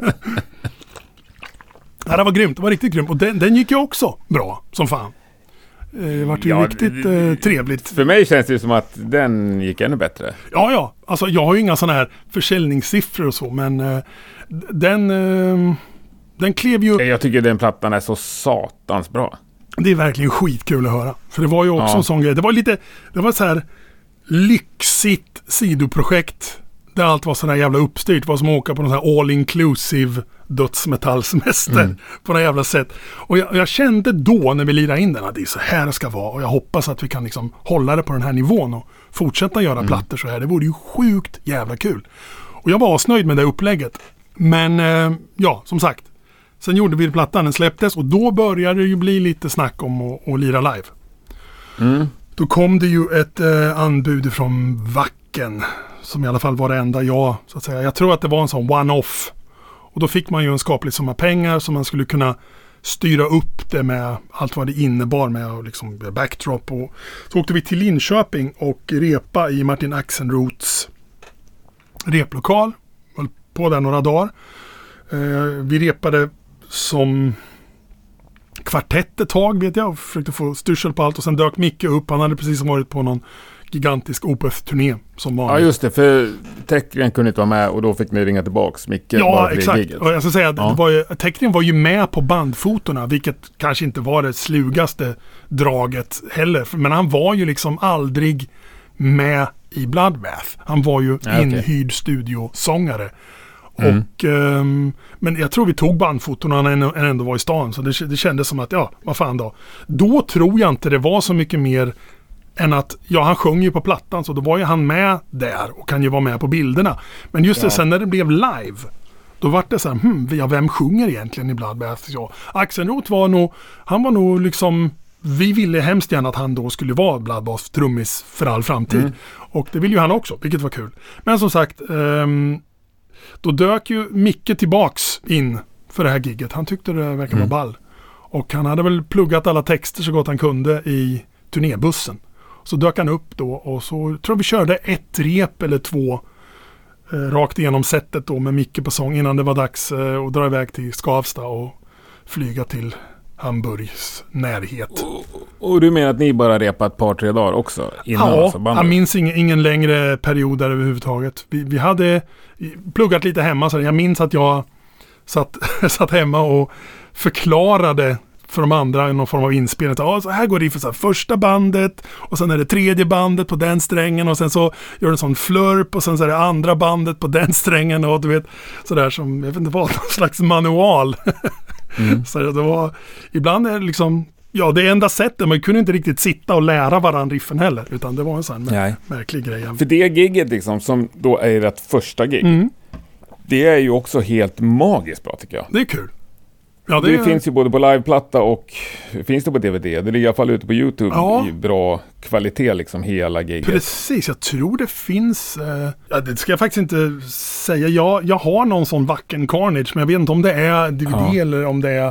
S2: Ja, det var grymt, det var riktigt grymt och den, den gick ju också bra, som fan. Det var ju ja, riktigt eh, trevligt.
S1: För mig känns det som att den gick ännu bättre.
S2: Ja, ja, alltså jag har ju inga sådana här försäljningssiffror och så, men eh, den... Eh, Den klev ju...
S1: Jag tycker den plattan är så satans bra.
S2: Det är verkligen skitkul att höra. För det var ju också ja. en sån grej. Det var lite, det var så här lyxigt sidoprojekt där allt var sådär jävla uppstyrt. Det var som att åka på någon sån här all-inclusive dödsmetallsemester mm. på något jävla sätt. Och jag, jag kände då när vi lirade in den att det är så här det ska vara. Och jag hoppas att vi kan liksom hålla det på den här nivån och fortsätta göra mm. plattor så här. Det vore ju sjukt jävla kul. Och jag var asnöjd med det upplägget. Men eh, ja, som sagt. Sen gjorde vi plattan, den släpptes och då började det ju bli lite snack om att, att lira live. Mm. Då kom det ju ett eh, anbud från Wacken som i alla fall var det enda jag, så att säga. Jag tror att det var en sån one-off. Och då fick man ju en skaplig summa pengar som man skulle kunna styra upp det med allt vad det innebar med och liksom backdrop. Och så åkte vi till Linköping och repa i Martin Axenroths replokal. Höll på där några dagar. Eh, vi repade som kvartett ett tag vet jag och försökte få styrsel på allt och sen dök Micke upp. Han hade precis varit på någon gigantisk Opeth-turné som var.
S1: Ja just det, för Täktgren kunde inte vara med och då fick ni ringa tillbaks Micke.
S2: Ja exakt, och jag ska säga att ja. det var ju, Täktgren var ju med på bandfotorna vilket kanske inte var det slugaste draget heller. Men han var ju liksom aldrig med i Bloodbath. Han var ju ja, inhyrd okay. studiosångare. Mm. Och, um, men jag tror vi tog bandfotorna när han ändå var i stan. Så det, det kändes som att, ja, vad fan då. Då tror jag inte det var så mycket mer än att, ja han sjöng ju på plattan. Så då var ju han med där och kan ju vara med på bilderna. Men just ja. det, sen när det blev live. Då var det så här, hmm, ja, vem sjunger egentligen i Bloodbath? Ja, Axenroth var nog, han var nog liksom, vi ville hemskt gärna att han då skulle vara Bloodbath trummis för all framtid. Mm. Och det vill ju han också, vilket var kul. Men som sagt, um, då dök ju Micke tillbaks in för det här gigget. Han tyckte det verkade mm. vara ball. Och han hade väl pluggat alla texter så gott han kunde i turnébussen. Så dök han upp då och så tror jag vi körde ett rep eller två eh, rakt igenom sättet då med Micke på sång innan det var dags eh, att dra iväg till Skavsta och flyga till Hamburgs närhet.
S1: Och, och du menar att ni bara repat ett par, tre dagar också? Innan
S2: ja,
S1: alltså
S2: jag minns ingen, ingen längre period där överhuvudtaget. Vi, vi hade pluggat lite hemma så jag minns att jag satt, satt hemma och förklarade för de andra i någon form av inspelning. Så, så här går det för så här, första bandet och sen är det tredje bandet på den strängen och sen så gör det en sån flörp och sen så är det andra bandet på den strängen och du vet sådär som, jag vet inte vad, någon slags manual. Mm. Så det var, ibland är det liksom, ja det enda sättet, man kunde inte riktigt sitta och lära varandra riffen heller, utan det var en sån mär- märklig grej.
S1: För det gigget liksom, som då är ert första gig, mm. det är ju också helt magiskt bra tycker jag.
S2: Det är kul. Ja, det,
S1: det
S2: är...
S1: finns ju både på liveplatta och finns det på D V D. Det ligger i alla fall ute på YouTube ja. i bra kvalitet liksom hela giget.
S2: Precis, jag tror det finns eh, ja, det ska jag faktiskt inte säga. Jag, jag har någon sån Wacken Carnage men jag vet inte om det är D V D ja. eller om det är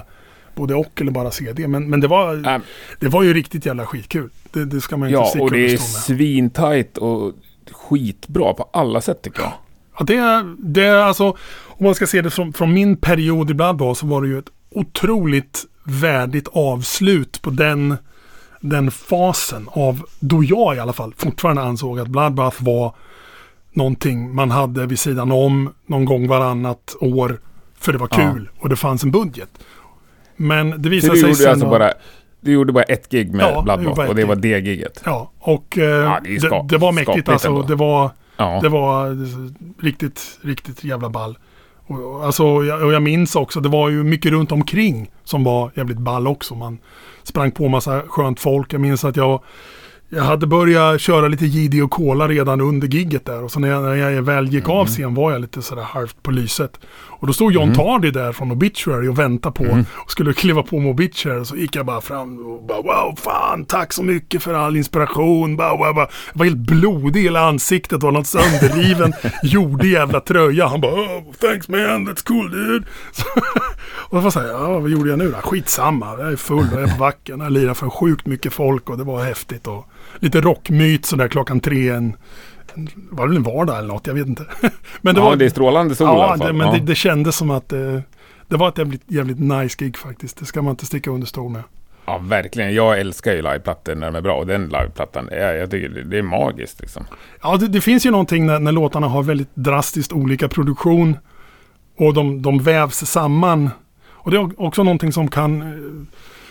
S2: både och eller bara C D. Men, men det, var, mm. det var ju riktigt jävla skitkul. Det, det ska man inte
S1: ja,
S2: sticka
S1: och det är
S2: med.
S1: svintajt och skitbra på alla sätt tycker jag.
S2: Ja, det är, det är alltså, om man ska se det från, från min period i Bloodbath så var det ju ett otroligt värdigt avslut på den, den fasen av, då jag i alla fall fortfarande ansåg att Bloodbath var någonting man hade vid sidan om någon gång varannat år för det var kul ja. Och det fanns en budget. Men det visade sig sen...
S1: Alltså bara, du gjorde bara ett gig med ja, Bloodbath och det var det giget.
S2: Ja, och eh, ja, det, skap, det, det var mäktigt alltså. Det var, ja. det var riktigt, riktigt jävla ball. Och, alltså, jag, och jag minns också, det var ju mycket runt omkring som var jävligt ball också. Man sprang på massa skönt folk. Jag minns att jag Jag hade börjat köra lite J D och Cola redan under gigget där. Och så när jag, när jag väl gick mm. av scen var jag lite sådär halvt på lyset. Och då stod John mm. Tardy där från Obituary och väntade på mm. och skulle kliva på med Obituary. Och så gick jag bara fram och bara wow, fan, tack så mycket för all inspiration. Bara, wow, bara. Jag var helt blodig i hela ansiktet och något sönderriven jordig jävla tröja. Han bara, oh, thanks man, that's cool dude. Så, och jag var såhär, ja, vad gjorde jag nu då? Skitsamma, jag är full och jag är vacker. Jag lirar för sjukt mycket folk och det var häftigt och lite rockmyt sådär klockan tre en, en var det en vardag eller något, jag vet inte. Men det
S1: ja,
S2: var,
S1: det är strålande sol
S2: ja,
S1: i alla fall.
S2: Det, men
S1: ja. det,
S2: det kändes som att det, det var ett jävligt, jävligt nice gig faktiskt. Det ska man inte sticka under stol med.
S1: Ja, verkligen. Jag älskar ju liveplattor när de är bra och den liveplattan, jag, jag tycker det, det är magiskt liksom.
S2: Ja, det, det finns ju någonting när, när låtarna har väldigt drastiskt olika produktion och de, de vävs samman. Och det är också någonting som kan eh,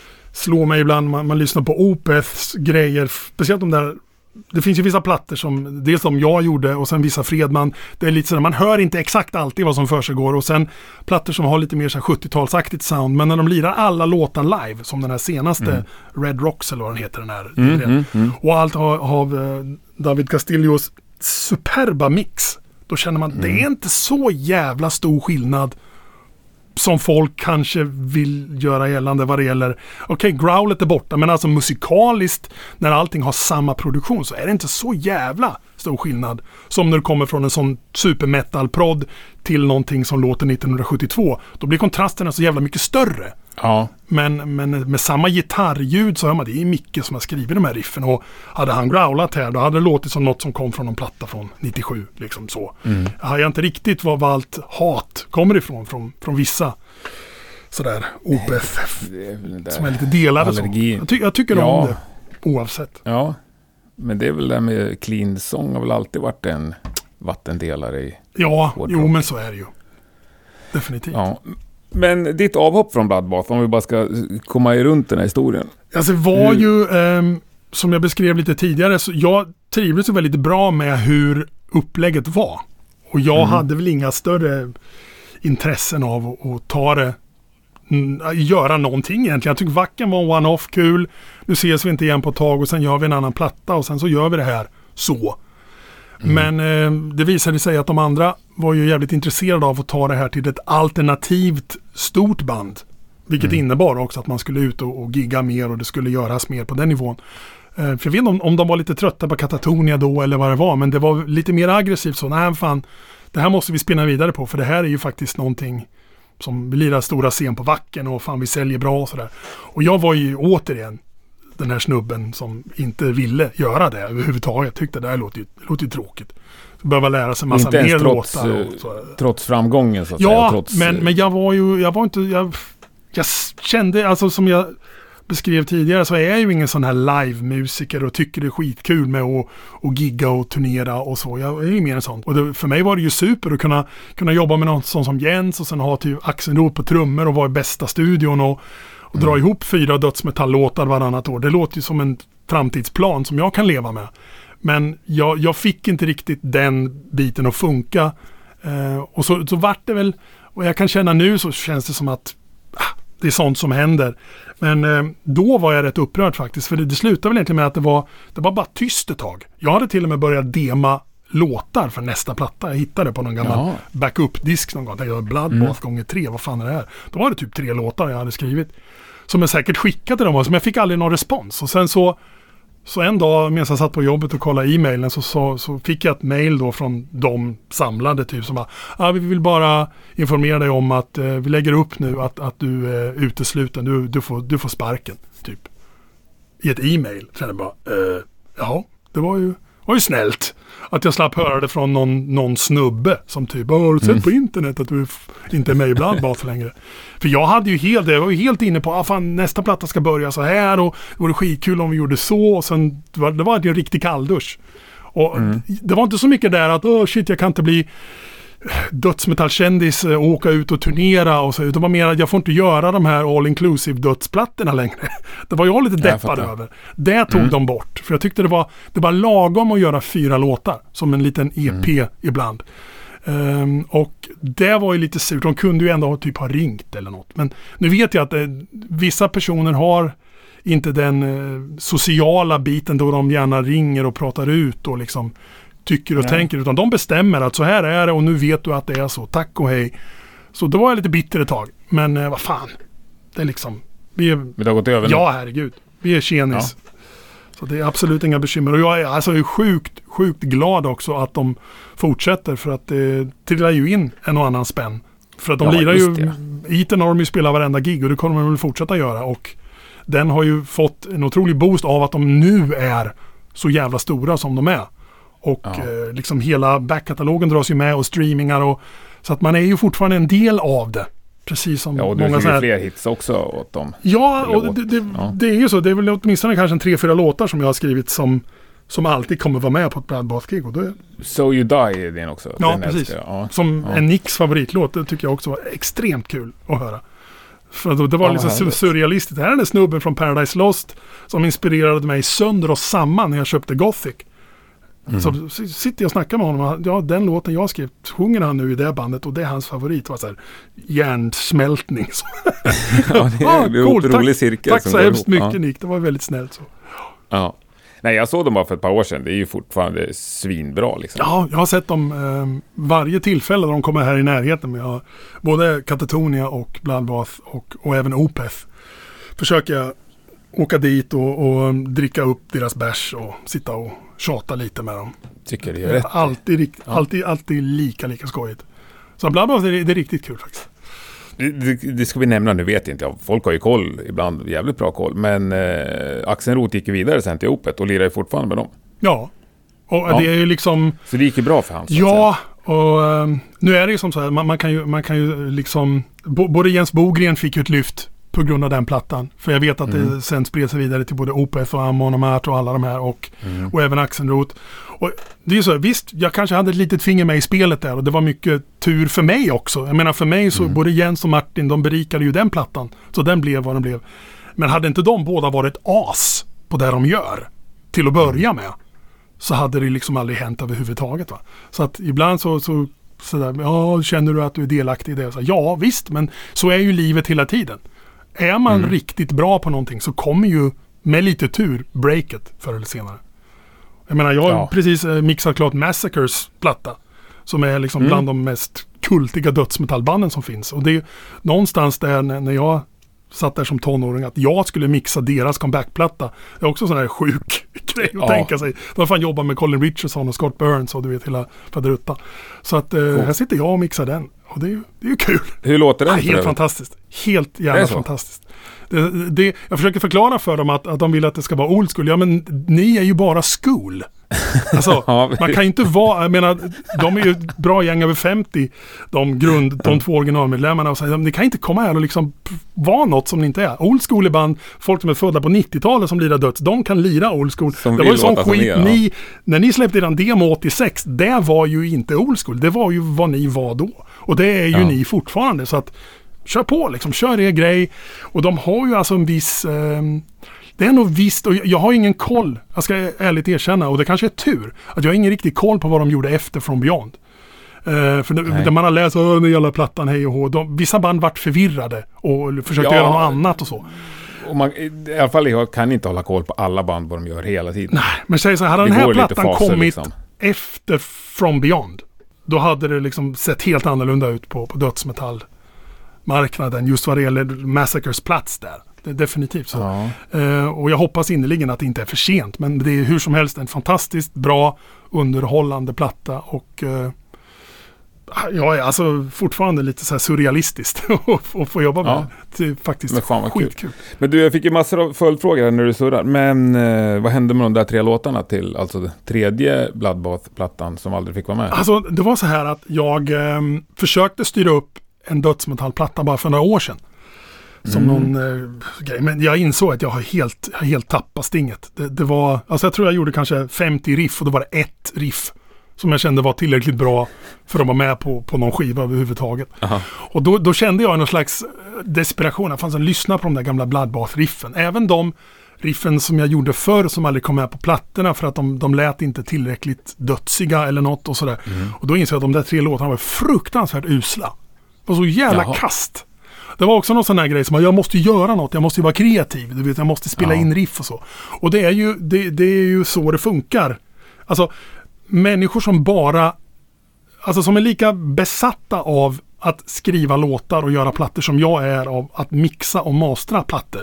S2: slå mig ibland. Man, man lyssnar på Opeths grejer, speciellt de där. Det finns ju vissa plattor som, dels som jag gjorde och sen vissa Fredman. Det är lite så där, man hör inte exakt alltid vad som försiggår. Och sen plattor som har lite mer så här sjuttiotalsaktigt sound. Men när de lirar alla låtar live, som den här senaste mm. Red Rocks eller vad den heter den här.
S1: Mm, mm, mm.
S2: Och allt av, av David Castillos superba mix. Då känner man, mm. det är inte så jävla stor skillnad som folk kanske vill göra gällande vad det gäller. Okej, okay, growlet är borta, men alltså musikaliskt när allting har samma produktion så är det inte så jävla stor skillnad som när det kommer från en sån supermetal-prod till någonting som låter nittonhundrasjuttiotvå. Då blir kontrasterna så jävla mycket större.
S1: Ja.
S2: Men, men med samma gitarrljud så hör man, det är Micke som har skrivit de här riffen och hade han growlat här, då hade det låtit som något som kom från en platta från nittiosju, liksom så. Mm. Jag har inte riktigt var, var allt hat kommer ifrån, från, från vissa sådär Opeth som är lite delade så. Jag, ty- jag tycker ja. om det, oavsett.
S1: Ja, men det är väl det med clean song har väl alltid varit en vattendelare i
S2: ja, jo men så är det ju. Definitivt.
S1: Ja. Men ditt avhopp från Bloodbath, om vi bara ska komma i runt den här historien.
S2: Alltså det var ju, eh, som jag beskrev lite tidigare, så jag trivdes så väldigt bra med hur upplägget var. Och jag mm. hade väl inga större intressen av att, att ta det, n- göra någonting egentligen. Jag tycker Vacken var en one-off, kul. Nu ses vi inte igen på ett tag och sen gör vi en annan platta och sen så gör vi det här så. Mm. Men eh, det visade sig att de andra var ju jävligt intresserade av att ta det här till ett alternativt stort band. Vilket mm. innebar också att man skulle ut och, och gigga mer och det skulle göras mer på den nivån. Eh, för jag vet inte om, om de var lite trötta på Katatonia då eller vad det var, men det var lite mer aggressivt så. Nej fan, det här måste vi spinna vidare på för det här är ju faktiskt någonting som vi lirar stora scen på Vacken och fan vi säljer bra och sådär. Och jag var ju återigen den här snubben som inte ville göra det överhuvudtaget. Tyckte det här låter ju, låter ju tråkigt. Så behöva lära sig en massa mer trots, låtar. Och så.
S1: Trots framgången så att
S2: ja,
S1: säga. Trots,
S2: men, men jag var ju, jag var inte, jag, jag kände, alltså som jag beskrev tidigare så är jag ju ingen sån här live-musiker och tycker det är skitkul med att och gigga och turnera och så. Jag är ju mer en sån. Och det, för mig var det ju super att kunna, kunna jobba med någon sån som Jens och sen ha typ Axel Roth på trummor och vara i bästa studion och och mm. dra ihop fyra dödsmetall-låtar varannat år. Det låter ju som en framtidsplan som jag kan leva med. Men jag, jag fick inte riktigt den biten att funka. Eh, och så, så vart det väl, och jag kan känna nu så känns det som att ah, det är sånt som händer. Men eh, då var jag rätt upprörd faktiskt. För det, det slutade väl egentligen med att det var, det var bara tyst ett tag. Jag hade till och med börjat dema låtar för nästa platta. Jag hittade på någon gammal ja. backup-disk någon gång. Jag gör Bloodbath mm. gånger tre. Vad fan är det här? Då var det typ tre låtar jag hade skrivit. Som jag säkert skickade till dem. Som jag fick aldrig någon respons. Och sen så Så en dag medan jag satt på jobbet och kollade e-mailen så, så, så fick jag ett mail då från de samlade typ som bara, ah, vi vill bara informera dig om att eh, vi lägger upp nu att, att du är utesluten, du, du, får, du får sparken typ. I ett e-mail. Så jag bara, eh, ja, det var ju, var ju snällt att jag slapp höra det från någon, någon snubbe som typ, har du sett mm. på internet att du f- inte är med i Bloodbath längre? För jag hade ju helt, jag var ju helt inne på, ah, fan, nästa platta ska börja så här och det vore skitkul om vi gjorde så och sen, det var, det var en riktig kalldusch. Och mm. det var inte så mycket där att, oh shit, jag kan inte bli dödsmetallkändis och åka ut och turnera och så, utan det var mer att jag får inte göra de här all-inclusive dödsplattorna längre. Det var jag lite deppad jag över. Det tog mm. de bort. För jag tyckte det var, det var lagom att göra fyra låtar som en liten E P mm. ibland. Um, och det var ju lite surt. De kunde ju ändå typ ha ringt eller något. Men nu vet jag att eh, vissa personer har inte den eh, sociala biten då de gärna ringer och pratar ut och liksom tycker och Nej. tänker, utan de bestämmer att så här är det och nu vet du att det är så, tack och hej. Så då var jag lite bitter ett tag, men eh, vad fan, det är liksom vi är,
S1: men det har gått över nu.
S2: Ja, herregud, vi är tjenis. Ja. Så det är absolut inga bekymmer och jag är alltså sjukt, sjukt glad också att de fortsätter, för att det trillar ju in en och annan spänn. För att de ja, lirar ju, Eaton Army spelar varenda gig och det kommer de väl fortsätta göra, och den har ju fått en otrolig boost av att de nu är så jävla stora som de är. Och ja. eh, liksom hela backkatalogen dras ju med och streamingar och så att man är ju fortfarande en del av det. Precis som
S1: ja, och du
S2: många
S1: fick ju
S2: här...
S1: fler hits också åt dem.
S2: Ja, och det, det, ja. det är ju så. Det är väl åtminstone kanske en tre, fyra låtar som jag har skrivit som, som alltid kommer vara med på ett Bloodbath-gig. Och det...
S1: So You Die är den också.
S2: Ja,
S1: den
S2: precis.
S1: Ja.
S2: Som ja. en Nicks favoritlåt, det tycker jag också var extremt kul att höra. För det var ja, liksom sur- surrealistiskt. Här är den snubben från Paradise Lost som inspirerade mig sönder och samman när jag köpte Gothic. Mm. Så sitter jag och snackar med honom. Ja, den låten jag skrev sjunger han nu i det bandet och det är hans favorit. Det var så här hjärnsmältning.
S1: Ja, det är en
S2: cool.
S1: rolig cirkel.
S2: Tack så hemskt mycket, ja. Nick. Det var väldigt snällt så.
S1: Ja. Nej, jag såg dem bara för ett par år sedan. Det är ju fortfarande svinbra liksom.
S2: Ja, jag har sett dem eh, varje tillfälle de kommer här i närheten med. Jag, både Katatonia och Bloodbath och, och även Opeth. Försöker jag åka dit och, och dricka upp deras bärs och sitta och tjata lite med dem.
S1: Tycker det är rätt.
S2: Alltid, rikt, ja. alltid, alltid lika, lika skojigt. Så Bloodbath är det är riktigt kul faktiskt.
S1: Det, det, det ska vi nämna, nu vet inte jag. Folk har ju koll, ibland jävligt bra koll. Men eh, Axel Roth gick ju vidare sen till Opeth och lirar ju fortfarande med dem.
S2: Ja, och
S1: ja.
S2: det är ju liksom...
S1: Så det gick ju bra för han.
S2: Ja, och um, nu är det ju som så här, man, man, kan ju, man kan ju liksom... B- både Jens Bogren fick ju ett lyft på grund av den plattan. För jag vet att mm. det sen spred sig vidare till både Opeth och Amon och Mart och alla de här och, mm. och även Axel Roth. Och det är ju så, visst, jag kanske hade ett litet finger med i spelet där och det var mycket tur för mig också. Jag menar för mig så, mm. både Jens och Martin, de berikade ju den plattan. Så den blev vad den blev. Men hade inte de båda varit as på det de gör till att börja med, så hade det liksom aldrig hänt överhuvudtaget, va? Så att ibland så, så, så där, ja, känner du att du är delaktig i det? Så, ja, visst, men så är ju livet hela tiden. Är man mm. riktigt bra på någonting så kommer ju med lite tur breaket förr eller senare. Jag menar, jag har ja. precis eh, mixat klart Massacres platta som är liksom mm. bland de mest kultiga dödsmetallbanden som finns. Och det är någonstans där när, när jag satt där som tonåring att jag skulle mixa deras comebackplatta. Det är också sån här sjuk grej att ja. tänka sig. De fan jobbar med Colin Richardson och Scott Burns och du vet hela faderutta. Så att eh, cool. här sitter jag och mixar den. Och det är ju, det är ju kul.
S1: Hur låter den?
S2: Ja, helt fantastiskt. Helt jävla fantastiskt. Det, det, jag försöker förklara för dem att, att de vill att det ska vara old school. Ja, men ni är ju bara school. Alltså, ja, man kan ju inte vara, jag menar, de är ju bra gäng över femtio, de grund, de två originalmedlemmarna, och så, ni kan inte komma här och liksom vara något som ni inte är. Old school är band, folk som är födda på nittiotalet som lirar döds, de kan lira old school. Som det var ju sån skit, er, ni, ja. när ni släppte eran demo åttiosex, det var ju inte old school, det var ju vad ni var då. Och det är ju ja. ni fortfarande, så att kör på liksom, kör er grej. Och de har ju alltså en viss... Eh, det är nog visst, och jag har ingen koll, jag ska ärligt erkänna, och det kanske är tur, att jag har ingen riktig koll på vad de gjorde efter From Beyond. Uh, för det, där man har läst, åh, den jävla plattan, hej och hå. De, vissa band vart förvirrade och försökte ja, göra något annat och så.
S1: Och man, i alla fall jag kan inte hålla koll på alla band vad de gör hela tiden.
S2: Nej, men säg så här, hade den här plattan faser, kommit liksom. efter From Beyond, då hade det liksom sett helt annorlunda ut på, på dödsmetall marknaden, just vad det gäller Massacres plats där. Det är definitivt så.
S1: Ja.
S2: Uh, och jag hoppas innerligen att det inte är för sent. Men det är hur som helst en fantastiskt bra underhållande platta. Och uh, jag är alltså fortfarande lite så här surrealistiskt att få jobba med.
S1: Ja.
S2: Det är faktiskt
S1: Men fan vad
S2: skitkul.
S1: kul. Men du, jag fick ju massor av följdfrågor när du surrar. Men uh, vad hände med de där tre låtarna till alltså tredje Bloodbath-plattan som aldrig fick vara med?
S2: Alltså det var så här att jag um, försökte styra upp en dödsmetallplatta bara för några år sedan. Som mm. någon uh, grej. Men jag insåg att jag har helt, jag har helt tappat stinget. Det, det var, alltså jag tror jag gjorde kanske femtio riff och då var det ett riff som jag kände var tillräckligt bra för att vara med på, på någon skiva överhuvudtaget.
S1: Aha.
S2: Och då, då kände jag någon slags desperation. Jag fanns att lyssna på de där gamla Bloodbath-riffen. Även de riffen som jag gjorde förr som aldrig kom med på plattorna för att de, de lät inte tillräckligt dödsiga eller något och sådär. Mm. Och då insåg jag att de där tre låtarna var fruktansvärt usla. Det var så jävla Jaha. kast. Det var också någon sån här grej som att jag måste göra något, jag måste ju vara kreativ, du vet, jag måste spela ja. in riff och så. Och det är ju, det, det är ju så det funkar. Alltså, människor som bara, alltså som är lika besatta av att skriva låtar och göra plattor som jag är av att mixa och mastra plattor.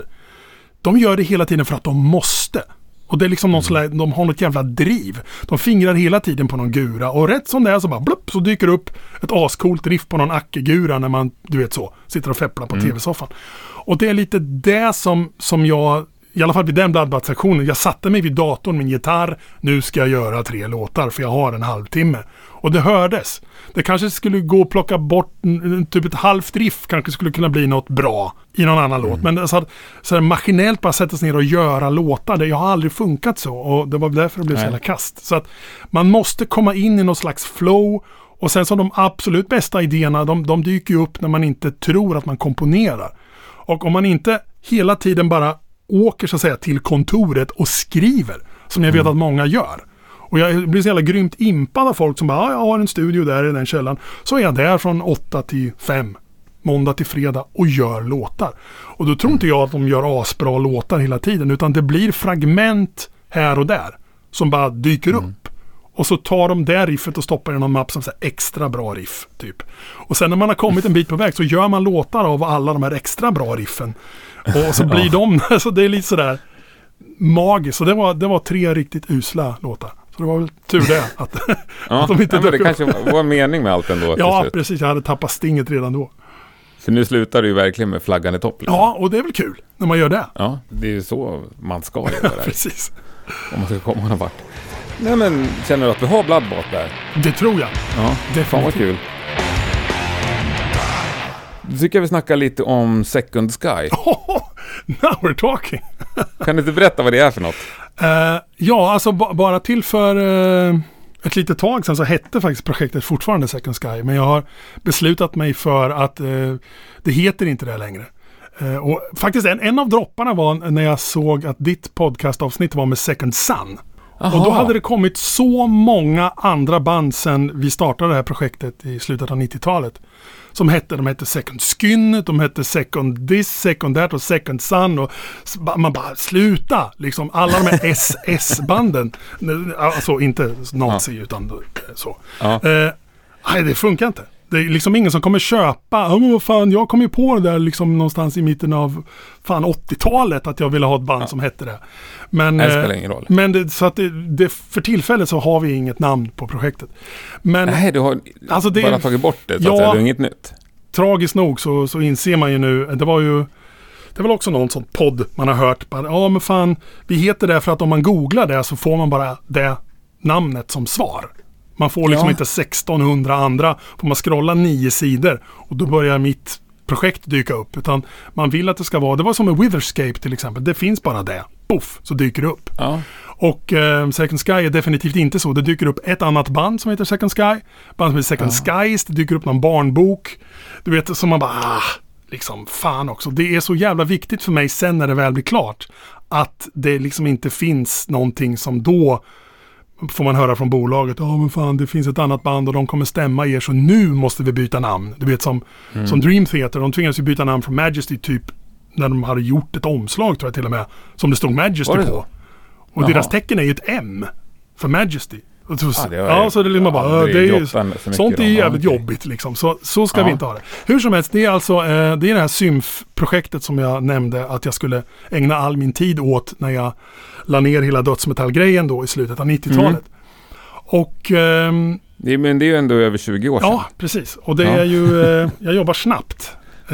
S2: De gör det hela tiden för att de måste. Och det är liksom någon slags, de har något jävla driv. De fingrar hela tiden på någon gura. Och rätt som det är så bara blupp, så dyker upp ett ascoolt riff på någon ackegura när man, du vet så, sitter och fepplar på mm. tv-soffan. Och det är lite det som, som jag, i alla fall vid den Bloodbath-sektionen, jag satte mig vid datorn med en gitarr. Nu ska jag göra tre låtar för jag har en halvtimme. Och det hördes. Det kanske skulle gå och plocka bort typ ett halvt riff, kanske skulle kunna bli något bra i någon annan mm. låt. Men alltså, så här, maskinellt bara sätta sig ner och göra låtar, det jag har aldrig funkat så. Och det var därför det blev så jävla kast. Så att man måste komma in i någon slags flow. Och sen så de absolut bästa idéerna, de, de dyker ju upp när man inte tror att man komponerar. Och om man inte hela tiden bara åker så att säga till kontoret och skriver, som jag vet mm. att många gör. Och jag blir så jävla grymt impad av folk som bara, ja, jag har en studio där i den källan. Så är jag där från åtta till fem, måndag till fredag och gör låtar. Och då tror inte jag att de gör asbra låtar hela tiden, utan det blir fragment här och där som bara dyker mm. upp. Och så tar de där riffet och stoppar i någon mapp som så här extra bra riff, typ. Och sen när man har kommit en bit på väg så gör man låtar av alla de här extra bra riffen. Och så blir de, så det är lite sådär magiskt. Så det var, det var tre riktigt usla låtar. Så det var väl tur det att,
S1: ja,
S2: att de inte
S1: ja, men det kanske var en mening med allt ändå.
S2: Ja, precis. Jag hade tappat stinget redan då.
S1: Så nu slutar du ju verkligen med flaggan i topp. Liksom.
S2: Ja, och det är väl kul när man gör det.
S1: Ja, det är ju så man ska göra det.
S2: Precis.
S1: Om man ska komma någon vart. Nej, men känner du att vi har Bloodbath där?
S2: Det tror jag.
S1: Ja, det fan vad kul. Du tycker vi snackar lite om Second Sky.
S2: Oh, now we're talking.
S1: Kan du inte berätta vad det är för något?
S2: Uh, ja, alltså b- bara till för uh, ett litet tag sedan så hette faktiskt projektet fortfarande Second Sky. Men jag har beslutat mig för att uh, det heter inte det längre. Uh, och faktiskt en, en av dropparna var när jag såg att ditt podcastavsnitt var med Second Sun. Aha. Och då hade det kommit så många andra band sedan vi startade det här projektet i slutet av nittiotalet. Som hette, de hette Second Skyn, de hette Second This, Second That och Second Sun. Och man bara, sluta! Liksom alla de här S S-banden. Alltså inte nazi ja. utan så. Ja. Eh, nej, det funkar inte. Det är liksom ingen som kommer köpa. Oh, vad fan, jag kom ju på det där liksom någonstans i mitten av fan åttiotalet att jag ville ha ett band ja. som hette det. Men,
S1: det spelar ingen roll.
S2: Men det, så att det, det, för tillfället så har vi inget namn på projektet. Men,
S1: nej, du har alltså det, bara tagit bort det. Så ja, att det är inget nytt.
S2: Tragiskt nog så, så inser man ju nu, det var ju det är väl också någon sån podd man har hört. Ja men fan, vi heter det för att om man googlar det så får man bara det namnet som svar. Man får liksom ja. inte sextonhundra andra. Får man scrolla nio sidor och då börjar mitt projekt dyka upp. Utan man vill att det ska vara, det var som med Witherscape till exempel. Det finns bara det. Puff, så dyker det upp. Ja. Och eh, Second Sky är definitivt inte så. Det dyker upp ett annat band som heter Second Sky. Band som heter Second ja. Skies. Det dyker upp någon barnbok. Du vet, som man bara, ah, liksom, fan också. Det är så jävla viktigt för mig sen när det väl blir klart. Att det liksom inte finns någonting som då får man höra från bolaget, ja oh, men fan det finns ett annat band och de kommer stämma er så nu måste vi byta namn. Du vet som, mm. som Dream Theater, de tvingades ju byta namn från Majesty typ när de hade gjort ett omslag tror jag till och med, som det stod Majesty på. Och Jaha. deras tecken är ju ett M för Majesty. Och så, ah, ja, så det är liksom bara, det är, sånt är ju jävligt okay. jobbigt liksom. Så, så ska ja. vi inte ha det. Hur som helst, det är alltså eh, det är det här Symf-projektet som jag nämnde att jag skulle ägna all min tid åt när jag la ner hela dödsmetallgrejen då i slutet av nittiotalet. Mm. Och ehm,
S1: det är, men det är ju ändå över tjugo år sedan.
S2: Ja, precis. Och det ja. är ju, eh, jag jobbar snabbt.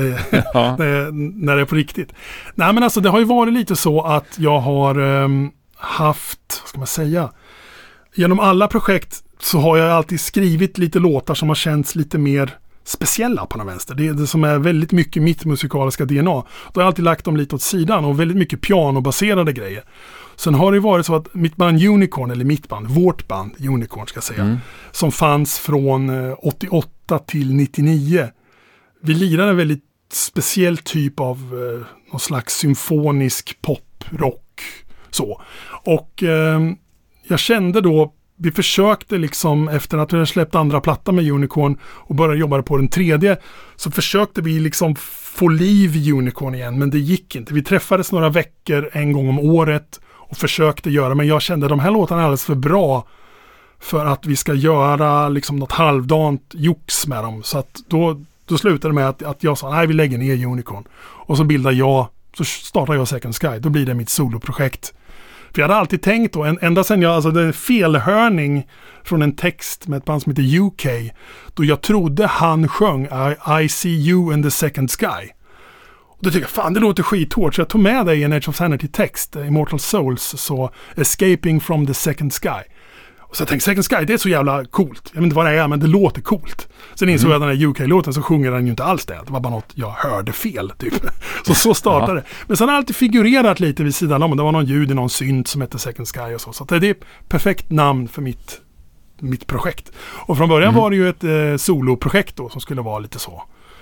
S2: ja. när, när det är på riktigt. Nej men alltså det har ju varit lite så att jag har um, haft, vad ska man säga, genom alla projekt så har jag alltid skrivit lite låtar som har känts lite mer speciella på den vänster. Det är det som är väldigt mycket mitt musikaliska D N A. Då har jag alltid lagt dem lite åt sidan och väldigt mycket pianobaserade grejer. Sen har det varit så att mitt band Unicorn, eller mitt band, vårt band Unicorn ska jag säga, mm. som fanns från åttioåtta till nittionio. Vi lirade en väldigt speciell typ av eh, någon slags symfonisk pop, rock, så. Och eh, jag kände då, vi försökte liksom efter att vi hade släppt andra platta med Unicorn och började jobba på den tredje, så försökte vi liksom få liv i Unicorn igen, men det gick inte. Vi träffades några veckor en gång om året och försökte göra, men jag kände att de här låtarna är alldeles för bra för att vi ska göra liksom något halvdant jox med dem. Så att då Då slutade det med att, att jag sa, nej vi lägger ner Unicorn. Och så bildar jag, så startar jag Second Sky. Då blir det mitt soloprojekt. För jag hade alltid tänkt då, en, ända sedan jag, alltså det är en felhörning från en text med ett band som heter U K. Då jag trodde han sjöng I, I see you in the second sky. Och då tycker jag, fan det låter skithårt. Så jag tog med det i en Edge of Sanity-text, Immortal Souls, så Escaping from the second sky. Så jag tänkte, Second Sky, det är så jävla coolt. Jag vet inte vad det är, men det låter coolt. Sen insåg jag mm. att den här U K-låten så sjunger den ju inte alls det. Det var bara något jag hörde fel, typ. Så så startade det. Men sen har det alltid figurerat lite vid sidan om. Det var någon ljud i någon synt som heter Second Sky och så. Så det är ett perfekt namn för mitt, mitt projekt. Och från början mm. var det ju ett eh, soloprojekt då som skulle vara lite så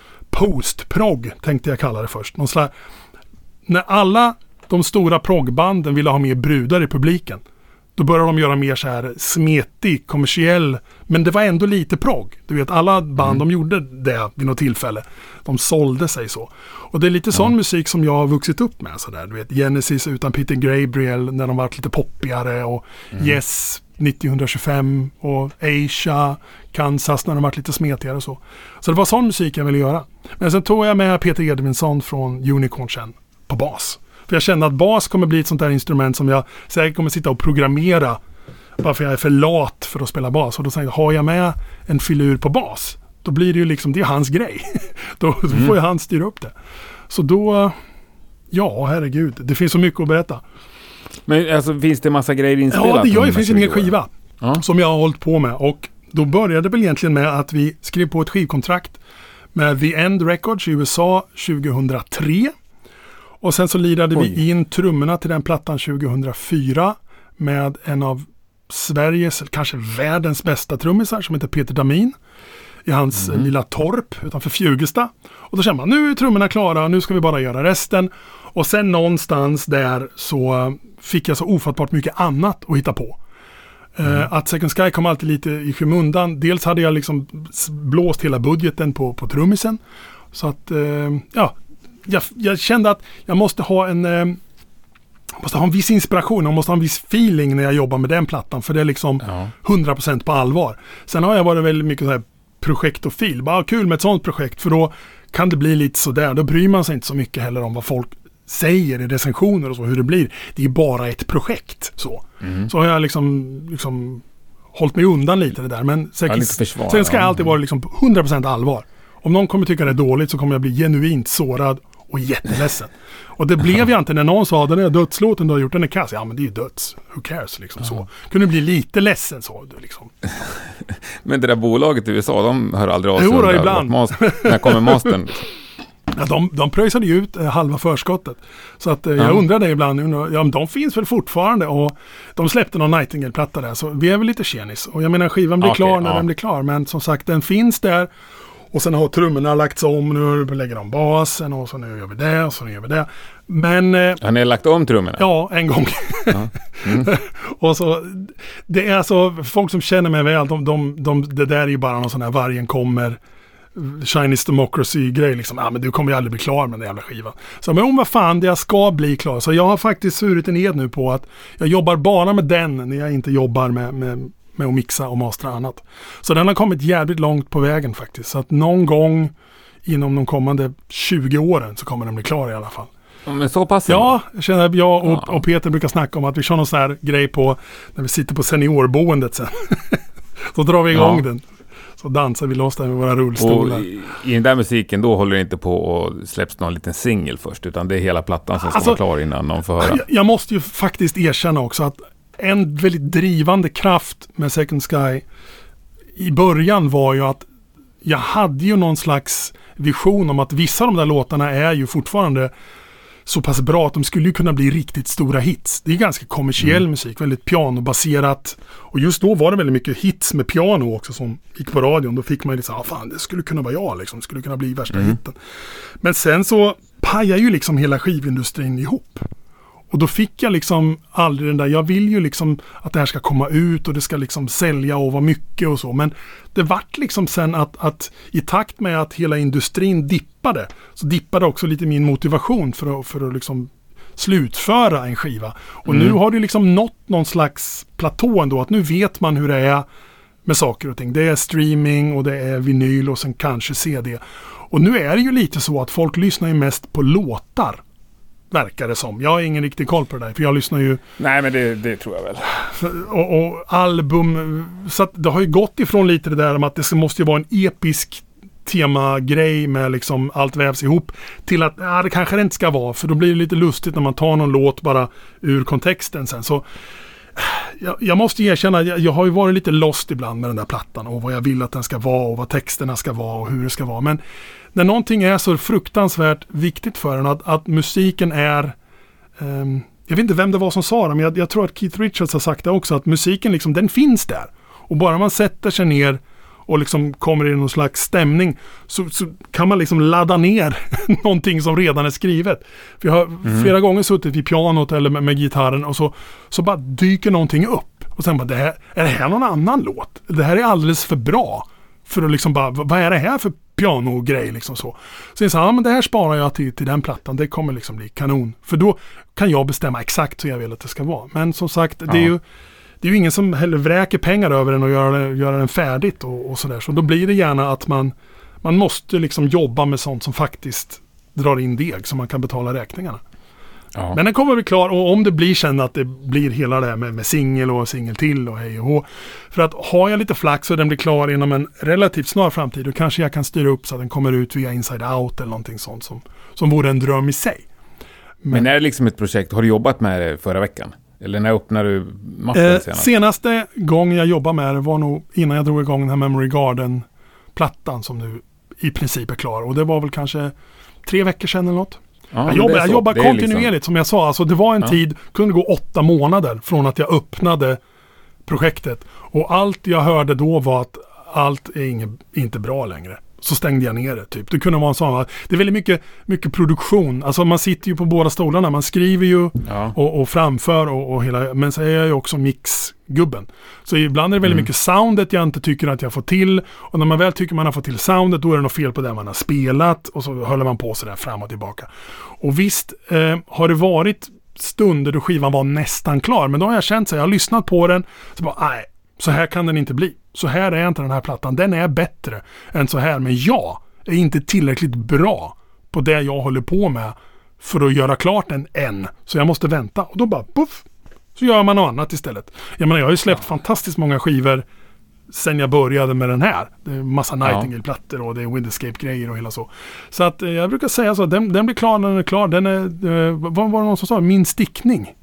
S2: post-prog, tänkte jag kalla det först. Någon slags, när alla de stora proggbanden ville ha mer brudar i publiken, då började de göra mer så här smetig, kommersiell, men det var ändå lite prog. Du vet, alla band, mm. de gjorde det vid något tillfälle. De sålde sig så. Och det är lite mm. sån musik som jag har vuxit upp med. Så där. Du vet, Genesis utan Peter Gabriel när de var lite poppigare, och mm. Yes nittonhundratjugofem och Asia, Kansas när de var lite smetigare och så. Så det var sån musik jag ville göra. Men sen tog jag med Peter Edvinsson från Unicorn sen på bas. För jag kände att bas kommer bli ett sånt där instrument som jag säkert kommer sitta och programmera bara för jag är för lat för att spela bas. Och då säger jag, har jag med en filur på bas, då blir det ju liksom, det är hans grej. då, då mm. får ju han styra upp det. Så då, ja herregud, det finns så mycket att berätta.
S1: Men alltså finns det massa grejer inspelat?
S2: Ja, det gör ju, finns en skiva ja. som jag har hållit på med. Och då började det väl egentligen med att vi skrev på ett skivkontrakt med The End Records i U S A tjugohundratre. Och sen så lirade Oj. vi in trummorna till den plattan tjugohundrafyra med en av Sveriges, kanske världens bästa trummisar som heter Peter Damin i hans mm. lilla torp utanför Fjugesta. Och då känner man, nu är trummorna klara, nu ska vi bara göra resten. Och sen någonstans där så fick jag så ofattbart mycket annat att hitta på. Mm. Uh, att Second Sky kom alltid lite i skymundan. Dels hade jag liksom blåst hela budgeten på, på trummisen. Så att, uh, ja... Jag, jag kände att jag måste ha en eh, måste ha en viss inspiration och måste ha en viss feeling när jag jobbar med den plattan, för det är liksom ja. hundra procent på allvar. Sen har jag varit väldigt mycket så här projekt och fil. Bara kul med ett sånt projekt, för då kan det bli lite så där. Då bryr man sig inte så mycket heller om vad folk säger i recensioner och så, hur det blir. Det är bara ett projekt. Så, mm. så har jag liksom, liksom hållit mig undan lite det där. Men säkert, försvar, sen ska jag alltid vara liksom hundra procent allvar. Om någon kommer tycka det är dåligt så kommer jag bli genuint sårad och jätteledsen. Och det blev jag inte när någon sa, den är dödslåten du har gjort, den är kass. Ja, men det är ju döds. Who cares? Liksom, så. Kunde bli lite ledsen så. Liksom.
S1: Men det där bolaget i U S A, de hör aldrig av sig.
S2: Jo, då, ibland.
S1: När kommer mastern?
S2: Ja, de, de pröjsade ju ut eh, halva förskottet. Så att eh, jag mm. undrar det ibland. Ja, men de finns väl fortfarande. Och de släppte någon Nightingale-platta där. Så vi är väl lite tjenis. Och jag menar, skivan blir okay, klar när ja. den blir klar. Men som sagt, den finns där. Och sen har trummorna lagts om, nu lägger de basen och så nu gör vi det och så nu gör vi det. Men... Eh,
S1: har ni lagt om trummorna?
S2: Ja, en gång. Ja. Mm. Och så, det är alltså, folk som känner mig väl, de, de, de, det där är ju bara någon sån här vargen kommer, Chinese Democracy-grej liksom. Ja, men du kommer ju aldrig bli klar med den jävla skivan. Så men om vad fan, det jag ska bli klar. Så jag har faktiskt surit en ed nu på att jag jobbar bara med den när jag inte jobbar med, med med att mixa och mastra annat. Så den har kommit jävligt långt på vägen faktiskt. Så att någon gång inom de kommande tjugo åren så kommer den bli klar i alla fall.
S1: Men så pass.
S2: Ja, jag känner att jag och,
S1: ja.
S2: och Peter brukar snacka om att vi kör någon sån här grej på när vi sitter på seniorboendet sen. Så drar vi igång ja. den. Så dansar vi loss där med våra rullstolar.
S1: Och i, i den där musiken då håller det inte på och släpps någon liten singel först, utan det är hela plattan som ska alltså, vara klar innan någon får höra.
S2: Jag, jag måste ju faktiskt erkänna också att en väldigt drivande kraft med Second Sky i början var ju att jag hade ju någon slags vision om att vissa av de där låtarna är ju fortfarande så pass bra att de skulle ju kunna bli riktigt stora hits. Det är ganska kommersiell mm. musik, väldigt pianobaserat. Och just då var det väldigt mycket hits med piano också som gick på radion. Då fick man ju liksom, ah, fan det skulle kunna vara jag liksom, det skulle kunna bli värsta mm. hitten. Men sen så pajar ju liksom hela skivindustrin ihop. Och då fick jag liksom aldrig den där, jag vill ju liksom att det här ska komma ut och det ska liksom sälja och vara mycket och så. Men det vart liksom sen att, att i takt med att hela industrin dippade, så dippade också lite min motivation för att, för att liksom slutföra en skiva. Och mm. nu har det liksom nått någon slags platå ändå, att nu vet man hur det är med saker och ting. Det är streaming och det är vinyl och sen kanske C D. Och nu är det ju lite så att folk lyssnar ju mest på låtar. Verkar det som. Jag har ingen riktig koll på det där. För jag lyssnar ju...
S1: Nej, men det, det tror jag väl.
S2: Och, och album... Så att det har ju gått ifrån lite det där om att det måste ju vara en episk temagrej med liksom allt vävs ihop. Till att ja, det kanske det inte ska vara. För då blir det lite lustigt när man tar någon låt bara ur kontexten sen. Så jag, jag måste erkänna, jag, jag har ju varit lite lost ibland med den där plattan. Och vad jag vill att den ska vara och vad texterna ska vara och hur det ska vara. Men när någonting är så fruktansvärt viktigt för en, att, att musiken är... Um, jag vet inte vem det var som sa det, men jag, jag tror att Keith Richards har sagt det också, att musiken liksom, den finns där. Och bara man sätter sig ner och liksom kommer i någon slags stämning så, så kan man liksom ladda ner någonting som redan är skrivet. För jag har mm. flera gånger suttit vid pianot eller med, med gitarren och så, så bara dyker någonting upp. Och sen bara, det här, är det här någon annan låt? Det här är alldeles för bra för att liksom bara, vad är det här för pianogrej liksom så. Så jag sa, ja men det här sparar jag till, till den plattan. Det kommer liksom bli kanon. För då kan jag bestämma exakt hur jag vill att det ska vara. Men som sagt, ja. det är ju det är ju ingen som heller vräker pengar över den och gör, gör den färdigt och, och sådär. Så då blir det gärna att man man måste liksom jobba med sånt som faktiskt drar in deg så man kan betala räkningarna. Ja. Men den kommer bli klar, och om det blir sen att det blir hela det här med, med singel och singel till och hej och hå. För att har jag lite flax och den blir klar inom en relativt snar framtid, då kanske jag kan styra upp så att den kommer ut via Inside Out eller någonting sånt som, som vore en dröm i sig.
S1: Men, Men är det liksom ett projekt, har du jobbat med det förra veckan? Eller när öppnade du mappen
S2: eh,
S1: senast?
S2: Senaste gången jag jobbade med det var nog innan jag drog igång den här Memory Garden-plattan som nu i princip är klar. Och det var väl kanske tre veckor sedan eller något. Ja, jag jobbar, jag jobbar kontinuerligt liksom, som jag sa. Alltså det var en ja. tid, kunde gå åtta månader från att jag öppnade projektet. Och allt jag hörde då var att allt är inget, inte bra längre. Så stängde jag ner det typ. Det kunde vara en sån. Det är väldigt mycket, mycket produktion. Alltså man sitter ju på båda stolarna. Man skriver ju ja. och, och framför och, och hela. Men så är jag ju också mixgubben. Så ibland är det väldigt mm. mycket soundet jag inte tycker att jag får till. Och när man väl tycker man har fått till soundet, då är det något fel på det man har spelat. Och så håller man på så där fram och tillbaka. Och visst eh, har det varit stunder då skivan var nästan klar. Men då har jag känt så jag har lyssnat på den. Så bara, nej, så här kan den inte bli. Så här är inte den här plattan. Den är bättre än så här. Men jag är inte tillräckligt bra på det jag håller på med för att göra klart den än. Så jag måste vänta. Och då bara, puff, så gör man något annat istället. Jag menar, jag har ju släppt ja. fantastiskt många skivor sen jag började med den här. Det är massa Nightingale-plattor och det är Windscape-grejer och hela så. Så att jag brukar säga så, den, den blir klar när den är klar. Den är, eh, vad var det någon som sa? Min stickning.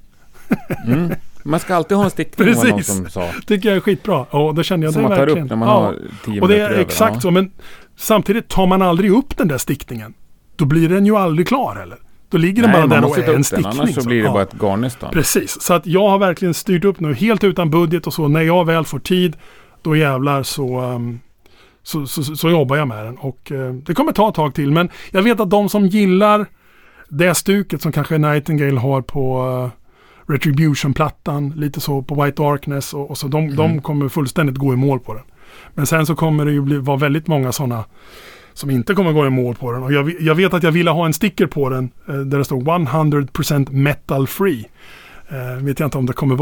S1: Mm. Man ska alltid ha en stickning.
S2: Precis,
S1: någon som sa.
S2: Tycker jag är skitbra. Och det känner jag
S1: som
S2: det
S1: man tar
S2: verkligen.
S1: upp när man
S2: ja.
S1: har tio
S2: och det är
S1: minuter
S2: exakt
S1: över, ja.
S2: så. Men samtidigt tar man aldrig upp den där stickningen. Då blir den ju aldrig klar heller. Då ligger
S1: Nej,
S2: den bara där
S1: och är en stickning. Annars så, så blir det ja. bara ett garnnästan.
S2: Precis. Så att jag har verkligen styrt upp nu helt utan budget och så. När jag väl får tid, då jävlar så... Um, Så, så, så, så jobbar jag med den och eh, det kommer ta ett tag till, men jag vet att de som gillar det stuket som kanske Nightingale har på uh, Retribution-plattan, lite så på White Darkness och, och så, de, mm. de kommer fullständigt gå i mål på den. Men sen så kommer det ju bli, vara väldigt många sådana som inte kommer gå i mål på den, och jag, jag vet att jag ville ha en sticker på den eh, där det står hundra procent metal free. Eh, vet jag inte om det kommer vara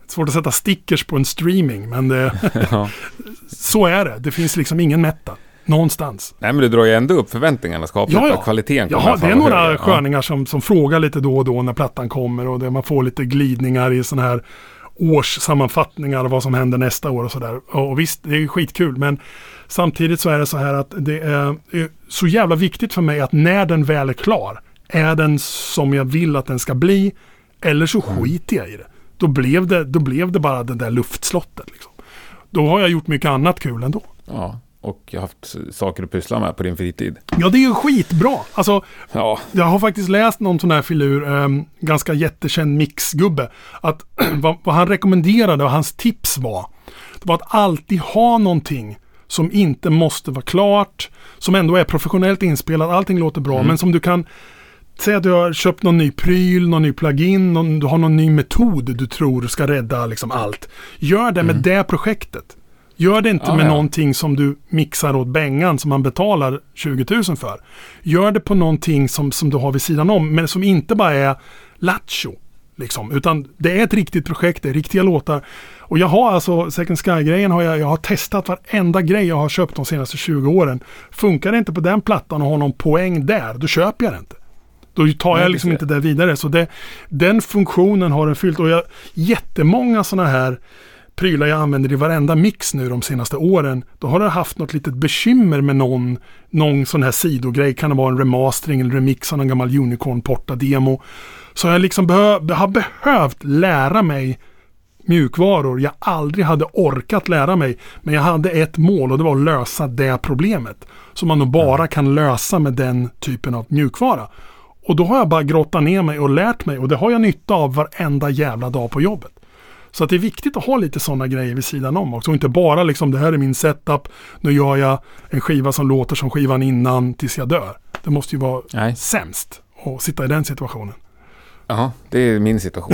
S2: svårt att sätta stickers på en streaming, men det, ja. Så är det. Det finns liksom ingen mätta någonstans.
S1: Nej, men du drar ju ändå upp förväntningarna, skapar ja, ja. kvaliteten.
S2: Ja, det är några högre. sköningar ja. som, som frågar lite då och då när plattan kommer, och där man får lite glidningar i såna här årssammanfattningar av vad som händer nästa år och sådär. Och visst, det är ju skitkul, men samtidigt så är det så här att det är så jävla viktigt för mig att när den väl är klar, är den som jag vill att den ska bli, eller så skiter jag i det. Då blev det, då blev det bara det där luftslottet liksom. Då har jag gjort mycket annat kul ändå.
S1: Ja, och jag har haft saker att pyssla med på din fritid.
S2: Ja, det är ju skitbra. Alltså,
S1: ja.
S2: Jag har faktiskt läst någon sån här filur, eh, ganska jättekänd mixgubbe, att vad, vad han rekommenderade och hans tips var, det var att alltid ha någonting som inte måste vara klart, som ändå är professionellt inspelat, allting låter bra, mm. men som du kan säga att du har köpt någon ny pryl, någon ny plugin, någon, du har någon ny metod du tror ska rädda liksom allt. Gör det med mm. det projektet. Gör det inte ah, med ja. någonting som du mixar åt bängan som man betalar tjugo tusen för. Gör det på någonting som, som du har vid sidan om, men som inte bara är lattjo. Liksom, utan det är ett riktigt projekt, det är riktiga låtar. Och jag har alltså, Second Sky-grejen har jag, jag har testat varenda grej jag har köpt de senaste tjugo åren. Funkar det inte på den plattan och har någon poäng där, då köper jag det inte. Då tar jag liksom inte det vidare. Så det, den funktionen har den fyllt. Och jag, jättemånga sådana här prylar jag använder i varenda mix nu de senaste åren. Då har jag haft något litet bekymmer med någon, någon sån här sidogrej. Kan det vara en remastering eller remix av en gammal Unicorn-porta-demo. Så jag liksom behö, har behövt lära mig mjukvaror jag aldrig hade orkat lära mig. Men jag hade ett mål, och det var att lösa det problemet. Som man nog bara kan lösa med den typen av mjukvara. Och då har jag bara grottat ner mig och lärt mig. Och det har jag nytta av varenda jävla dag på jobbet. Så att det är viktigt att ha lite sådana grejer vid sidan om också. Och inte bara liksom, det här är min setup. Nu gör jag en skiva som låter som skivan innan tills jag dör. Det måste ju vara Nej. sämst att sitta i den situationen.
S1: Ja, det är min situation.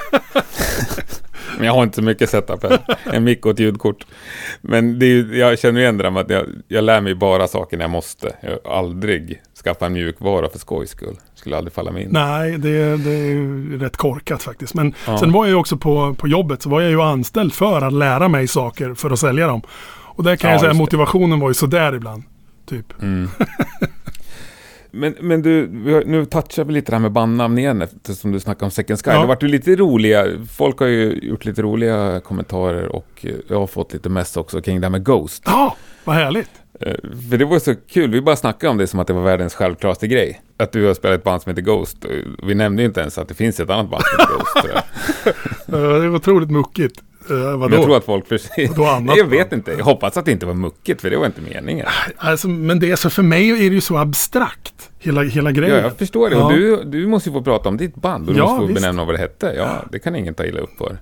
S1: Men jag har inte så mycket setup här. En mick och ett ljudkort. Men det är, jag känner igen det där med att jag, jag lär mig bara saker när jag måste. Jag har aldrig skaffat en mjukvara för skojs skull. Skulle aldrig falla mig in.
S2: Nej, det, det är ju rätt korkat faktiskt. Men ja. sen var jag ju också på, på jobbet, så var jag ju anställd för att lära mig saker för att sälja dem. Och där kan ja, jag säga att motivationen var ju så där ibland. Typ.
S1: Mm. Men, men du, nu touchar vi lite det här med bandnamn igen, eftersom du snackade om Second Sky. Ja. Det har varit ju lite roliga, folk har ju gjort lite roliga kommentarer, och jag har fått lite mest också kring det här med Ghost.
S2: Ja, vad härligt.
S1: För det var så kul, vi bara snackade om det som att det var världens självklaraste grej. Att du har spelat ett band som heter Ghost. Vi nämnde ju inte ens att det finns ett annat band som heter Ghost, tror jag.
S2: Det var otroligt muckigt. Uh,
S1: jag tror att folk precis... Jag vet inte. Jag hoppas att det inte var muckigt, för det var inte meningen.
S2: Alltså, men det är så, för mig är det ju så abstrakt. Hela, hela grejen.
S1: Ja, jag förstår det. Ja. Och du, du måste ju få prata om ditt band. Och du ja, måste få visst. benämna vad det hette. Ja, det kan ingen ta illa upp för.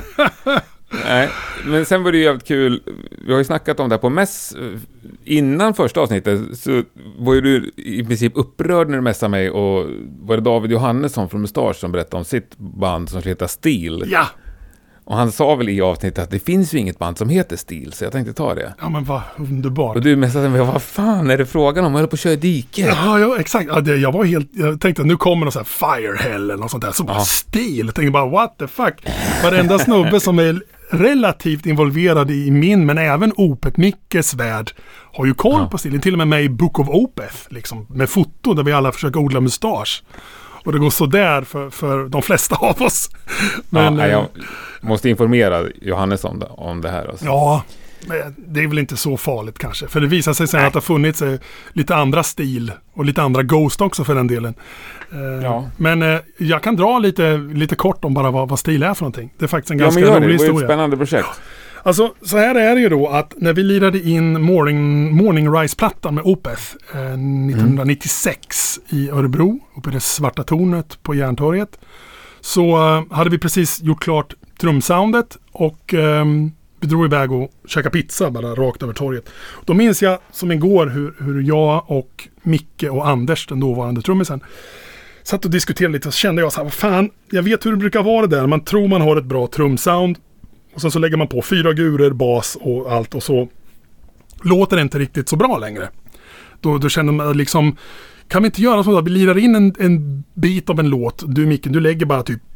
S1: Nej, men sen var det ju jävligt kul. Vi har ju snackat om det här på mäss. Innan första avsnittet så var ju du i princip upprörd när du mässade mig. Och var det David Johannesson från Mustasch som berättade om sitt band som heter Steel.
S2: Ja.
S1: Och han sa väl i avsnittet att det finns ju inget band som heter Steel, så jag tänkte ta det.
S2: Ja, men vad underbart.
S1: Och du messade mig, vad fan är det frågan om? Jag håller på att köra diket.
S2: Ja, ja exakt. Ja, det, jag var helt, jag tänkte att nu kommer någon sån här Firehell eller något sånt där. Så bara ja. Steel. Jag tänkte bara, what the fuck? Varenda snubbe som är relativt involverad i min, men även Opeth Mickes värld, har ju koll ja. på Steel. Till och med med i Book of Opeth, liksom, med foto där vi alla försöker odla mustasch. Och det går så där för, för de flesta av oss. Men,
S1: ja, jag måste informera Johannes om det, om det här. Alltså.
S2: Ja, det är väl inte så farligt kanske. För det visar sig sen att det har funnits lite andra stil och lite andra Ghost också för den delen. Ja. Men jag kan dra lite, lite kort om bara vad, vad stil är för någonting. Det är faktiskt en ganska
S1: ja, men
S2: rolig
S1: det.
S2: historia.
S1: Det var ett spännande projekt.
S2: Alltså, så här är det ju då att när vi lirade in Morning, Morning Rise-plattan med Opeth eh, nittonhundranittiosex mm. i Örebro, uppe i det svarta tornet på Järntorget, så eh, hade vi precis gjort klart trumsoundet och eh, vi drog iväg och käkade pizza bara rakt över torget. Då minns jag som igår hur, hur jag och Micke och Anders, den dåvarande trummisen, satt och diskuterade lite, och så kände jag så här, vad fan, jag vet hur det brukar vara det där. Man tror man har ett bra trumsound och sen så lägger man på fyra gurer, bas och allt, och så låter det inte riktigt så bra längre. Då, då känner man liksom, kan vi inte göra så att vi lirar in en, en bit av en låt, du Micke, du lägger bara typ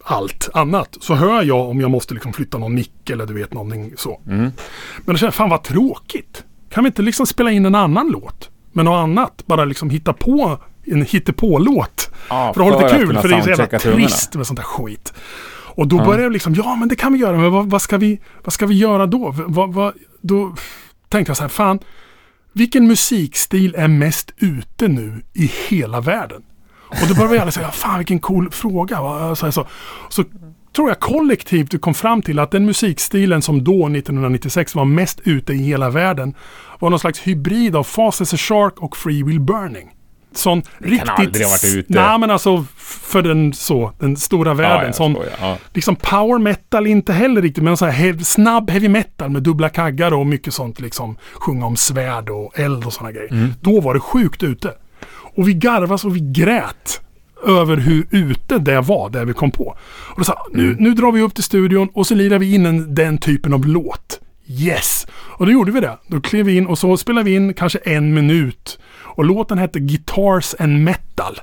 S2: allt annat. Så hör jag om jag måste liksom flytta någon mick eller du vet någonting så. Mm. Men jag känner, fan vad tråkigt. Kan vi inte liksom spela in en annan låt? Men något annat. Bara liksom hitta på en hittepå-låt.
S1: Ja,
S2: för att ha lite kul. För det är så jävla
S1: trist
S2: trist med sånt där skit. Och då ja. började jag liksom, ja men det kan vi göra. Men vad, vad, ska, vi, vad ska vi göra då? Vad, vad, då tänkte jag så här, fan. Vilken musikstil är mest ute nu i hela världen? Och då började jag säga, fan vilken cool fråga. Så, så, så tror jag kollektivt du kom fram till att den musikstilen som då nittonhundranittiosex var mest ute i hela världen var någon slags hybrid av Fast as a Shark och Free Will Burning. Sån
S1: det
S2: riktigt...
S1: kan aldrig ha varit ute.
S2: Nej men alltså för den så, den stora världen.
S1: Ja,
S2: sån,
S1: ja.
S2: liksom power metal inte heller riktigt, men så här hev, snabb heavy metal med dubbla kaggar och mycket sånt liksom. Sjunga om svärd och eld och såna grejer. Mm. Då var det sjukt ute. Och vi garvas och vi grät över hur ute det var där vi kom på. Och då sa nu, mm. nu drar vi upp till studion och så lirar vi in en, den typen av låt. Yes! Och då gjorde vi det. Då klev vi in och så spelade vi in kanske en minut. Och låten hette Guitars and Metal.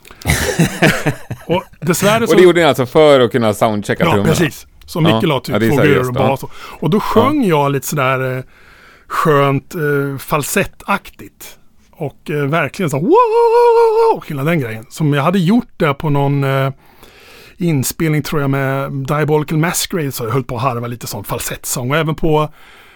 S2: och dessvärre så...
S1: Och det gjorde ni alltså för att kunna soundchecka
S2: trummorna? Ja, precis. Så Micke la typ två grejer och bas. Och, och då sjöng ja. jag lite sådär eh, skönt eh, falsettaktigt. Och eh, verkligen så wow, hela den grejen. Som jag hade gjort där på någon eh, inspelning tror jag med Diabolical Masquerade, så jag höll på att harva lite sån falsettsång. Och även på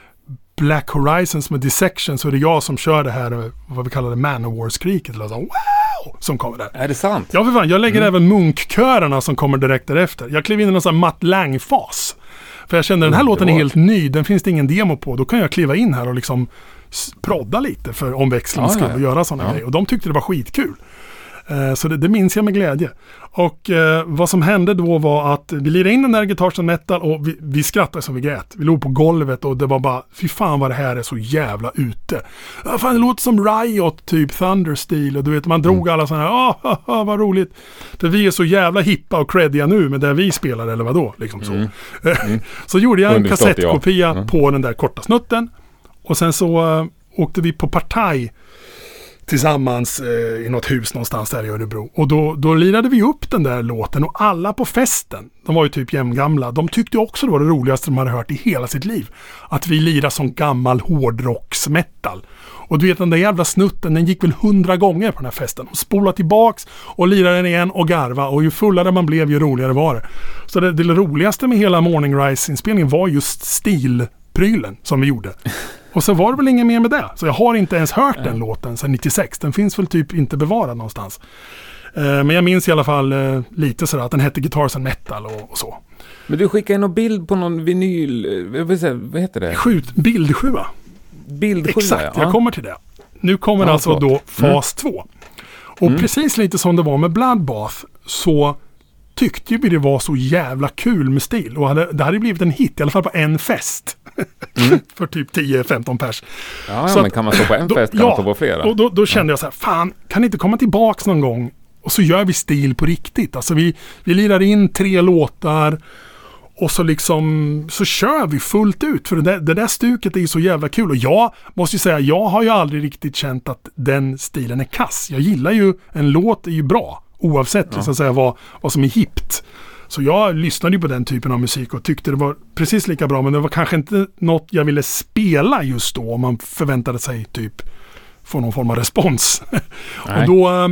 S2: Black Horizons med Dissection så är det jag som kör det här, vad vi kallar det, Manowar-skriket. Eller så, wow! Som kommer där.
S1: Är det sant?
S2: Ja, för fan. Jag lägger mm. även munkkörerna som kommer direkt därefter. Jag klev in i någon sån här Matt Lang-fas. För jag kände den här mm, låten är helt ny. Den finns det ingen demo på. Då kan jag kliva in här och liksom prodda lite för omväxling ja, ja. och göra sådana ja. grejer. Och de tyckte det var skitkul. Uh, så det, det minns jag med glädje. Och uh, vad som hände då var att vi lirade in den där Guitars and Metal och vi, vi skrattade som vi grät. Vi låg på golvet och det var bara, fy fan vad det här är så jävla ute. Ja, fan, det låter som Riot, typ Thunderstil. Och du vet, man drog mm. alla sådana här, ah, ah, ah, vad roligt. För vi är så jävla hippa och creddiga nu med det vi spelar, eller vadå? Liksom så. Mm. Mm. Så gjorde jag en kassettkopia mm. på den där korta snutten. Och sen så uh, åkte vi på partaj tillsammans eh, i något hus någonstans där i Örebro. Och då, då lirade vi upp den där låten och alla på festen, de var ju typ jämngamla, de tyckte också det var det roligaste de hade hört i hela sitt liv. Att vi lirade som gammal hårdrocksmetal. Och du vet, den där jävla snutten, den gick väl hundra gånger på den här festen. Och spolade tillbaks och lirade den igen och garva. Och ju fullare man blev, ju roligare var det. Så det, det roligaste med hela Morning Rise-inspelningen var just stilprylen som vi gjorde. Och så var det väl inget mer med det. Så jag har inte ens hört den låten sedan nittiosex. Den finns väl typ inte bevarad någonstans. Eh, men jag minns i alla fall eh, lite sådär att den hette Guitars and Metal och, och så.
S1: Men du skickade en bild på någon vinyl, vad, säga, vad heter det?
S2: Skjut, bildsjua.
S1: Bildsjua,
S2: exakt,
S1: ja.
S2: Jag kommer till det. Nu kommer ja, alltså då fas två. Mm. Och mm. precis lite som det var med Bloodbath så tyckte vi det var så jävla kul med stil. Och hade, det hade blivit en hit, i alla fall på en fest. Mm. För typ tio femton pers.
S1: Ja, så men kan man stå på en
S2: då,
S1: fest kan
S2: ja,
S1: man stå på flera.
S2: Och då, då kände ja. jag så här, fan, kan inte komma tillbaks någon gång och så gör vi stil på riktigt. Alltså vi, vi lirar in tre låtar och så liksom så kör vi fullt ut. För det där, det där stuket är ju så jävla kul. Och jag måste ju säga, jag har ju aldrig riktigt känt att den stilen är kass. Jag gillar ju, en låt är ju bra. Oavsett ja. så att säga, vad, vad som är hippt. Så jag lyssnade ju på den typen av musik och tyckte det var precis lika bra. Men det var kanske inte något jag ville spela just då. Om man förväntade sig typ få någon form av respons. Och då,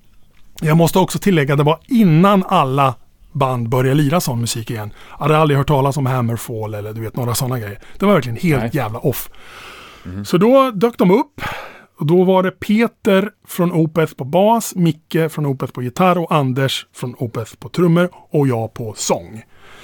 S2: jag måste också tillägga, det var innan alla band började lira sån musik igen. Jag hade aldrig hört talas om Hammerfall eller du vet några sådana grejer. Det var verkligen helt Nej. jävla off. Mm. Så då dök de upp. Och då var det Peter från Opeth på bas, Micke från Opeth på gitarr och Anders från Opeth på trummor och jag på sång.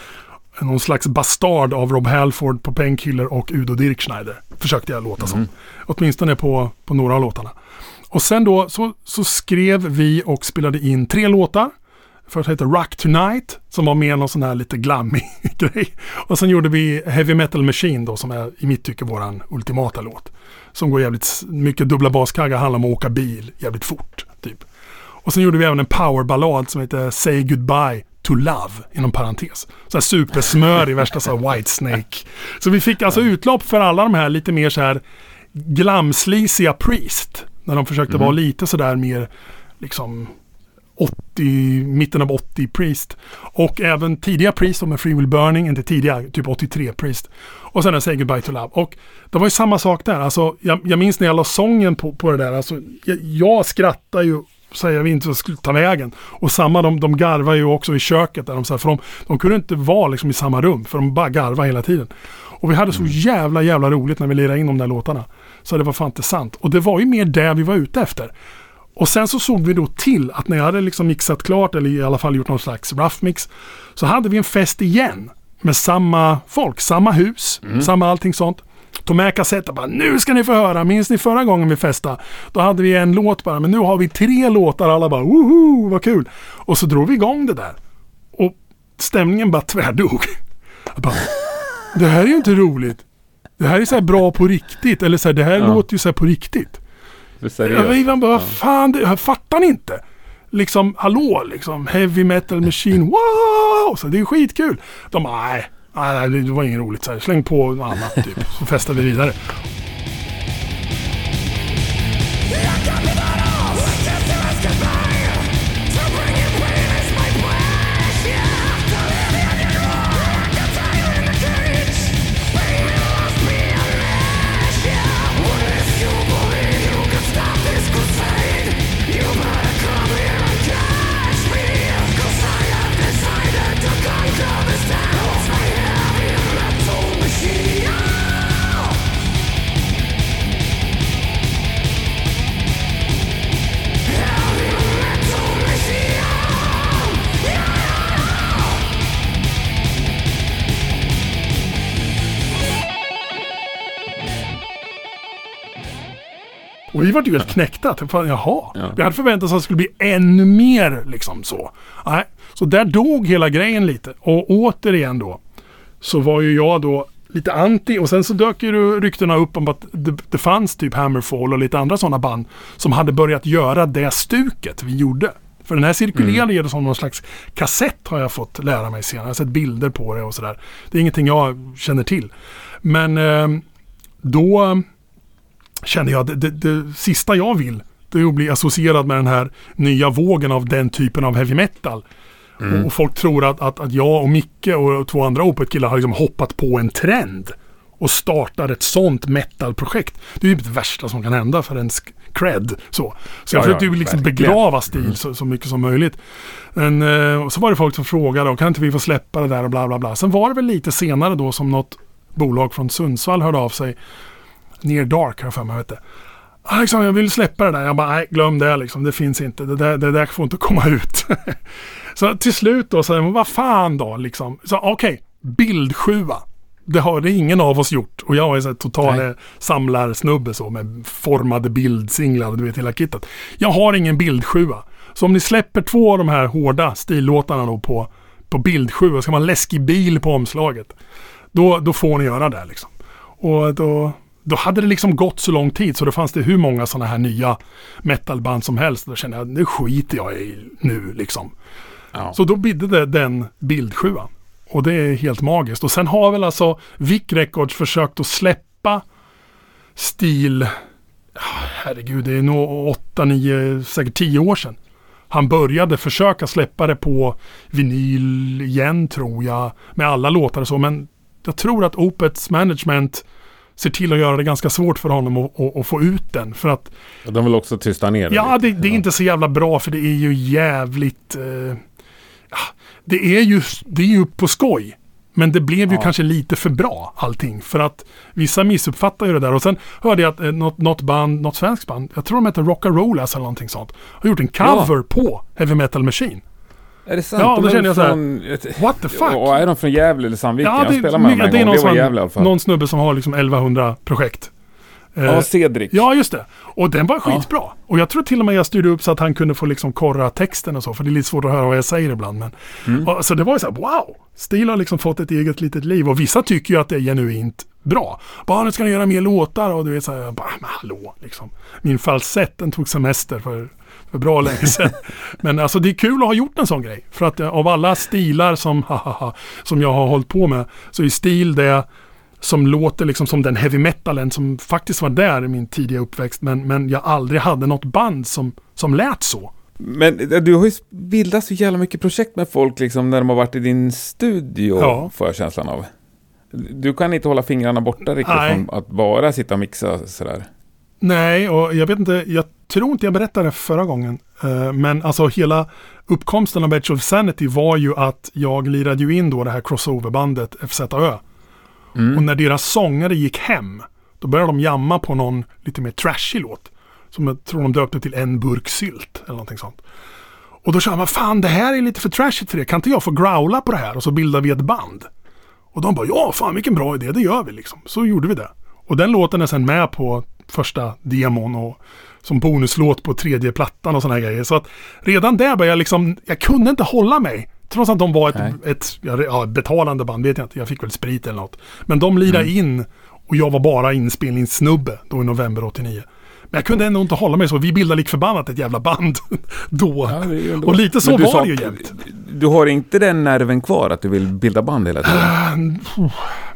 S2: Någon slags bastard av Rob Halford på Painkiller och Udo Dirkschneider försökte jag låta som. Mm. Åtminstone på, på några av låtarna. Och sen då så, så skrev vi och spelade in tre låtar. Först hette Rock Tonight som var med någon sån här lite glammig grej. Och sen gjorde vi Heavy Metal Machine då som är i mitt tycke våran ultimata låt. Som går jävligt mycket dubbla baskaggar, handlar om att åka bil jävligt fort typ. Och sen gjorde vi även en powerballad som heter Say Goodbye to Love inom parentes. Så här supersmör i värsta så här Whitesnake. Så vi fick alltså utlopp för alla de här lite mer så här glamslisiga Priest när de försökte mm. vara lite så där mer liksom åttio, mitten av åttio Priest. Och även tidiga Priest med Free Will Burning, inte tidiga, typ åttiotre Priest. Och sen Say Goodbye to Love. Och det var ju samma sak där. Alltså, jag, jag minns när jag la sången på, på det där. Alltså, jag, jag skrattar ju, säger vi inte så skulle ta vägen. Och samma, de, de garvar ju också i köket. Där de, så här, för de, de kunde inte vara liksom i samma rum, för de bara garvar hela tiden. Och vi hade så jävla, jävla roligt när vi lirade in de där låtarna. Så det var fan inte sant. Och det var ju mer det vi var ute efter. Och sen så såg vi då till att när jag hade liksom mixat klart, eller i alla fall gjort någon slags rough mix, så hade vi en fest igen med samma folk, samma hus, mm. samma allting sånt. Tog med kassetter, bara nu ska ni få höra, minns ni förra gången vi festade? Då hade vi en låt bara, men nu har vi tre låtar, alla bara woho, vad kul. Och så drog vi igång det där. Och stämningen bara tvärdog. Jag bara, det här är ju inte roligt. Det här är så här bra på riktigt, eller så här, det här ja. låter ju så här på riktigt. Jag bara, fan, det, jag fattar inte. Liksom, hallå, liksom, heavy metal machine, wow! Så det är skitkul. De bara, nej, nej, det var inget roligt. Så här, släng på något annat, typ. Så festar vi vidare. Och vi var ju helt knäckta. Fan, jaha. Ja. Vi hade förväntat oss att det skulle bli ännu mer liksom så. Nej. Så där dog hela grejen lite. Och återigen då så var ju jag då lite anti. Och sen så dök ju ryktena upp om att det, det fanns typ Hammerfall och lite andra sådana band som hade börjat göra det stuket vi gjorde. För den här cirkulerade mm. som någon slags kassett har jag fått lära mig senare. Jag har sett bilder på det och sådär. Det är ingenting jag känner till. Men eh, då kände jag att det, det, det sista jag vill det är att bli associerad med den här nya vågen av den typen av heavy metal. Mm. Och, och folk tror att, att, att jag och Micke och två andra Opeth-killar har liksom hoppat på en trend och startar ett sånt metal-projekt. Det är ju det värsta som kan hända för en cred. Så, så jag ja, försökte ju liksom begrava stil mm. så, så mycket som möjligt. Men, och så var det folk som frågade och kan inte vi få släppa det där och bla bla bla. Sen var det väl lite senare då som något bolag från Sundsvall hörde av sig. Near Dark här för mig, vet du. Liksom, jag vill släppa det där. Jag bara, nej, glöm det liksom. Det finns inte. Det där, det där får inte komma ut. Så till slut då, så vad fan då liksom. Så okej, okay, bildsjua. Det har det ingen av oss gjort. Och jag är så total samlarsnubbe så med formade bildsinglar, du vet hela kittet. Jag har ingen bildsjua. Så om ni släpper två av de här hårda stillåtarna då på, på bildsjua, ska man läskig bil på omslaget. Då, då får ni göra det liksom. Och då... Då hade det liksom gått så lång tid så då fanns det hur många sådana här nya metalband som helst. Då kände jag, nu skiter jag i nu liksom. Ja. Så då bidde det den bildsjuan. Och det är helt magiskt. Och sen har väl alltså Vic Records försökt att släppa stil, herregud, det är nog åtta, nio, säkert tio år sedan. Han började försöka släppa det på vinyl igen, tror jag, med alla låtar och så. Men jag tror att Opeths management ser till att göra det ganska svårt för honom att, att, att få ut den. För att,
S1: och de vill också tysta ner det.
S2: Ja, det, det är inte så jävla bra för det är ju jävligt... Eh, ja, det, är ju, det är ju på skoj. Men det blev ju ja. kanske lite för bra allting. För att vissa missuppfattar ju det där. Och sen hörde jag att eh, något, något band, något svenskt band, jag tror de heter Rock-A-Rollers eller någonting sånt, har gjort en cover ja. på Heavy Metal Machine.
S1: Är det sant?
S2: Ja,
S1: de
S2: då känner jag så
S1: från,
S2: här, ett, what the fuck?
S1: Och är de från Gävle eller Sandviken?
S2: Ja, det,
S1: jag spelar med
S2: mycket,
S1: dem
S2: det är
S1: någon
S2: någon,
S1: det var Gävle, i alla fall.
S2: någon snubbe som har liksom elvahundra projekt.
S1: Ja, Cedric.
S2: Ja, just det. Och den var skitbra. Ja. Och jag tror till och med jag styrde upp så att han kunde få liksom korra texten och så. För det är lite svårt att höra vad jag säger ibland. Men, mm. och, så det var ju så här, wow! Stil har liksom fått ett eget litet liv. Och vissa tycker ju att det är genuint bra. Bara nu ska ni göra mer låtar. Och du vet så här, bara, men hallå liksom. Min falsett, den tog semester för, för bra länge sedan. Men alltså det är kul att ha gjort en sån grej. För att av alla stilar som, hahaha, som jag har hållit på med, så är stil det som låter liksom som den heavy metalen som faktiskt var där i min tidiga uppväxt, men, men jag aldrig hade något band som, som lät så.
S1: Men du har ju bildat så jävla mycket projekt med folk liksom när de har varit i din studio, ja. Får jag känslan av. Du kan inte hålla fingrarna borta riktigt Nej. Från att bara sitta och mixa sådär.
S2: Nej, och jag vet inte, jag tror inte jag berättade det förra gången. Men alltså hela uppkomsten av Edge of Sanity var ju att jag lirade ju in då det här crossoverbandet F Z Ö. Mm. Och när deras sångare gick hem, då började de jamma på någon lite mer trashig låt. Som jag tror de döpte till En burk sylt eller någonting sånt. Och då sa man, fan det här är lite för trashigt för det. Kan inte jag få growla på det här? Och så bildar vi ett band. Och de bara, ja fan vilken bra idé, det gör vi liksom. Så gjorde vi det. Och den låten är sen med på första demon och som bonuslåt på tredje plattan och såna här grejer. Så att redan där började jag liksom, jag kunde inte hålla mig. Trots att de var ett, ett ja, betalande band, vet jag inte. Jag fick väl sprit eller något. Men de lirade mm. in och jag var bara inspelningssnubbe då i november åttionio. Men jag kunde ändå inte hålla mig så. Vi bildade lik förbannat ett jävla band då. Ja, ändå... Och lite så var sa, det ju jämt.
S1: Du har inte den nerven kvar att du vill bilda band hela tiden? Uh,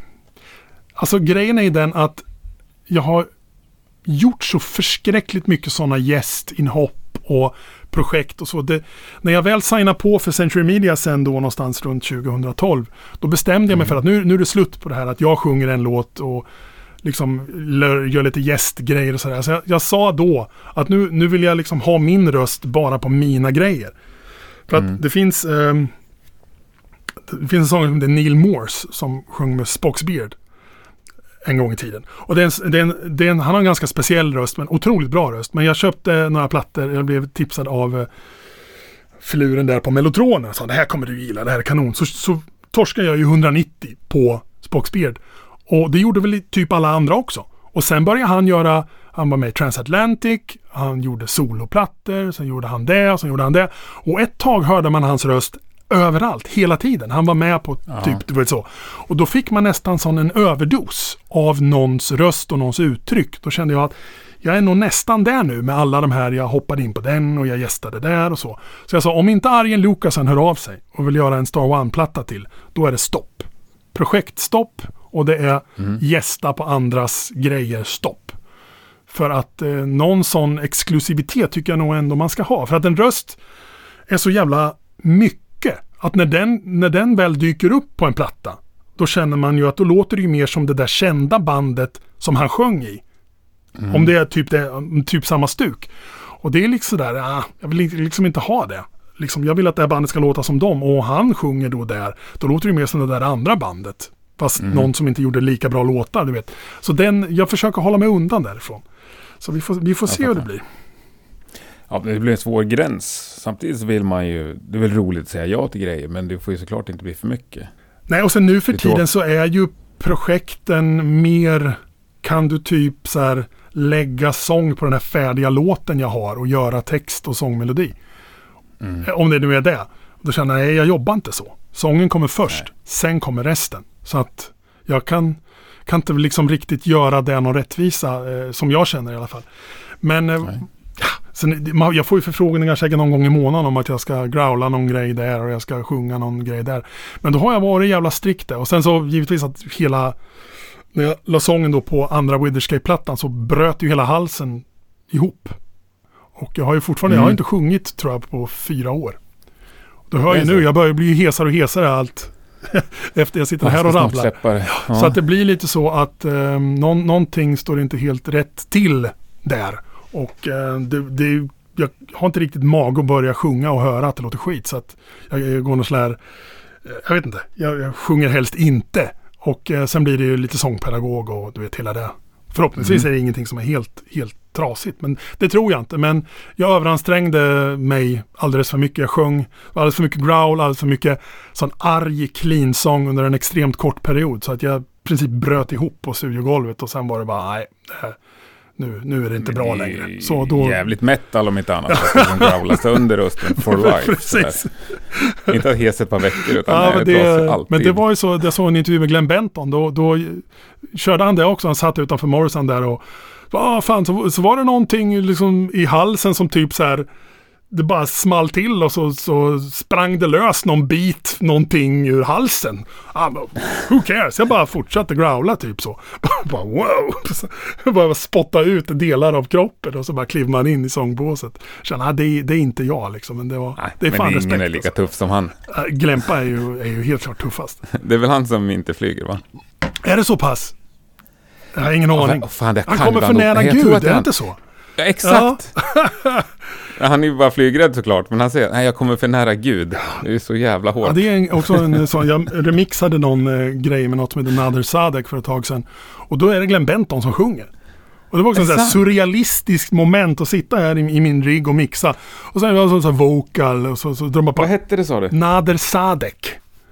S2: alltså grejen är den att jag har gjort så förskräckligt mycket sådana gästinhopp och projekt och så. Det, när jag väl signade på för Century Media sen då någonstans runt tjugohundratolv, då bestämde jag mig mm. för att nu, nu är det slut på det här att jag sjunger en låt och liksom gör lite gästgrejer och sådär. Så jag, jag sa då att nu, nu vill jag liksom ha min röst bara på mina grejer. För mm. att det finns eh, det finns en sång som heter Neil Morse som sjöng med Spock's Beard en gång i tiden. Och det är en, det är en, det är en, han har en ganska speciell röst, men otroligt bra röst. Men jag köpte några plattor, jag blev tipsad av eh, filuren där på Mellotronen. Så det här kommer du gilla, det här är kanon. Så, så torskade jag ju hundranittio på Spock's Beard. Och det gjorde väl typ alla andra också. Och sen började han göra, han var med i Transatlantic, han gjorde soloplattor, sen gjorde han det, och sen gjorde han det. Och ett tag hörde man hans röst överallt, hela tiden. Han var med på ja. typ, du vet så. Och då fick man nästan sån en överdos av någons röst och någons uttryck. Då kände jag att jag är nog nästan där nu med alla de här, jag hoppade in på den och jag gästade där och så. Så jag sa, om inte Arjen Lucasen hör av sig och vill göra en Star One-platta till, då är det stopp. Projektstopp. Och det är mm. gästa på andras grejer stopp. För att eh, någon sån exklusivitet tycker jag nog ändå man ska ha. För att en röst är så jävla mycket. Att när den, när den väl dyker upp på en platta, då känner man ju att då låter det ju mer som det där kända bandet som han sjöng i. Mm. Om det är typ, det, typ samma stuk. Och det är liksom där, ah, jag vill liksom inte ha det. Liksom, jag vill att det här bandet ska låta som dem. Och han sjunger då där, då låter det mer som det där andra bandet. Fast mm. någon som inte gjorde lika bra låtar, du vet. Så den, jag försöker hålla mig undan därifrån. Så vi får, vi får se hur det blir.
S1: Ja, det blir en svår gräns. Samtidigt så vill man ju, det är väl roligt att säga ja till grejer, men det får ju såklart inte bli för mycket.
S2: Nej, och sen nu för tiden så är ju projekten mer, kan du typ så här lägga sång på den här färdiga låten jag har och göra text och sångmelodi. Mm. Om det nu är det. Då känner jag, nej, jag jobbar inte så. Sången kommer först, nej. Sen kommer resten. Så att jag kan, kan inte liksom riktigt göra det någon rättvisa eh, som jag känner i alla fall. Men eh, ja, sen, jag får ju förfrågningar säkert någon gång i månaden om att jag ska growla någon grej där och jag ska sjunga någon grej där. Men då har jag varit jävla strikt där. Och sen så givetvis att hela, när jag la sången då på andra Witherscape-plattan så bröt ju hela halsen ihop. Och jag har ju fortfarande, mm. jag har inte sjungit tror jag på fyra år. Då hör jag nu, jag börjar bli hesare och hesare allt efter jag sitter här och rabblar. Ja. Så att det blir lite så att eh, någon, någonting står inte helt rätt till där. Och eh, det, det, jag har inte riktigt mag att börja sjunga och höra att det låter skit. Så att jag, jag går någon sån här, jag vet inte, jag, jag sjunger helst inte. Och eh, sen blir det ju lite sångpedagog och du vet hela det. Förhoppningsvis mm. är det ingenting som är helt, helt trasigt, men det tror jag inte. Men jag överansträngde mig alldeles för mycket. Jag sjöng alldeles för mycket growl, alldeles för mycket sån arg clean-sång under en extremt kort period. Så att jag i princip bröt ihop på studiogolvet och sen var det bara, nej, det här, nu, nu är det inte men bra det längre. Så då... Jävligt
S1: metal om inte annat. Att de growlar sönder rösten for life.
S2: Precis.
S1: Inte att hes ett par veckor utan
S2: ja, men, det, men det var ju så, jag såg en intervju med Glenn Benton. Då, då körde han det också. Han satt utanför Morrison där och ah, fan, så, så var det någonting liksom i halsen som typ så här det bara small till och så, så sprang det lös någon bit, någonting ur halsen. Ah, who cares? Jag bara fortsatte growla typ så. Bara wow! Jag bara spotta ut delar av kroppen och så bara kliver man in i sångbåset. Känner, ah, det, det är inte jag liksom, men det var
S1: Nej,
S2: det är
S1: men
S2: fan
S1: ingen
S2: respekt,
S1: är lika
S2: alltså.
S1: tuff som han.
S2: Glempa är ju, är ju helt klart tuffast.
S1: Det är väl han som inte flyger, va?
S2: Är det så pass? Jag har ingen aning.
S1: Oh, fan, det
S2: han
S1: kan
S2: kommer för
S1: nog-
S2: nära
S1: jag
S2: Gud,
S1: tror att
S2: är det
S1: han-
S2: inte så?
S1: Ja, exakt. Ja. Han är ju bara flygrädd såklart, men han säger, nej, jag kommer för nära Gud. Det är så jävla hårt.
S2: Ja, det är en, också en sån, jag remixade någon eh, grej med något som heter Nader Sadek för ett tag sedan. Och då är det Glenn Benton som sjunger. Och det var också en sån här surrealistisk moment att sitta här i, i min rigg och mixa. Och sen var det en sån här vocal och så, så drar man på.
S1: Vad hette det, sa du?
S2: Nader Sadek.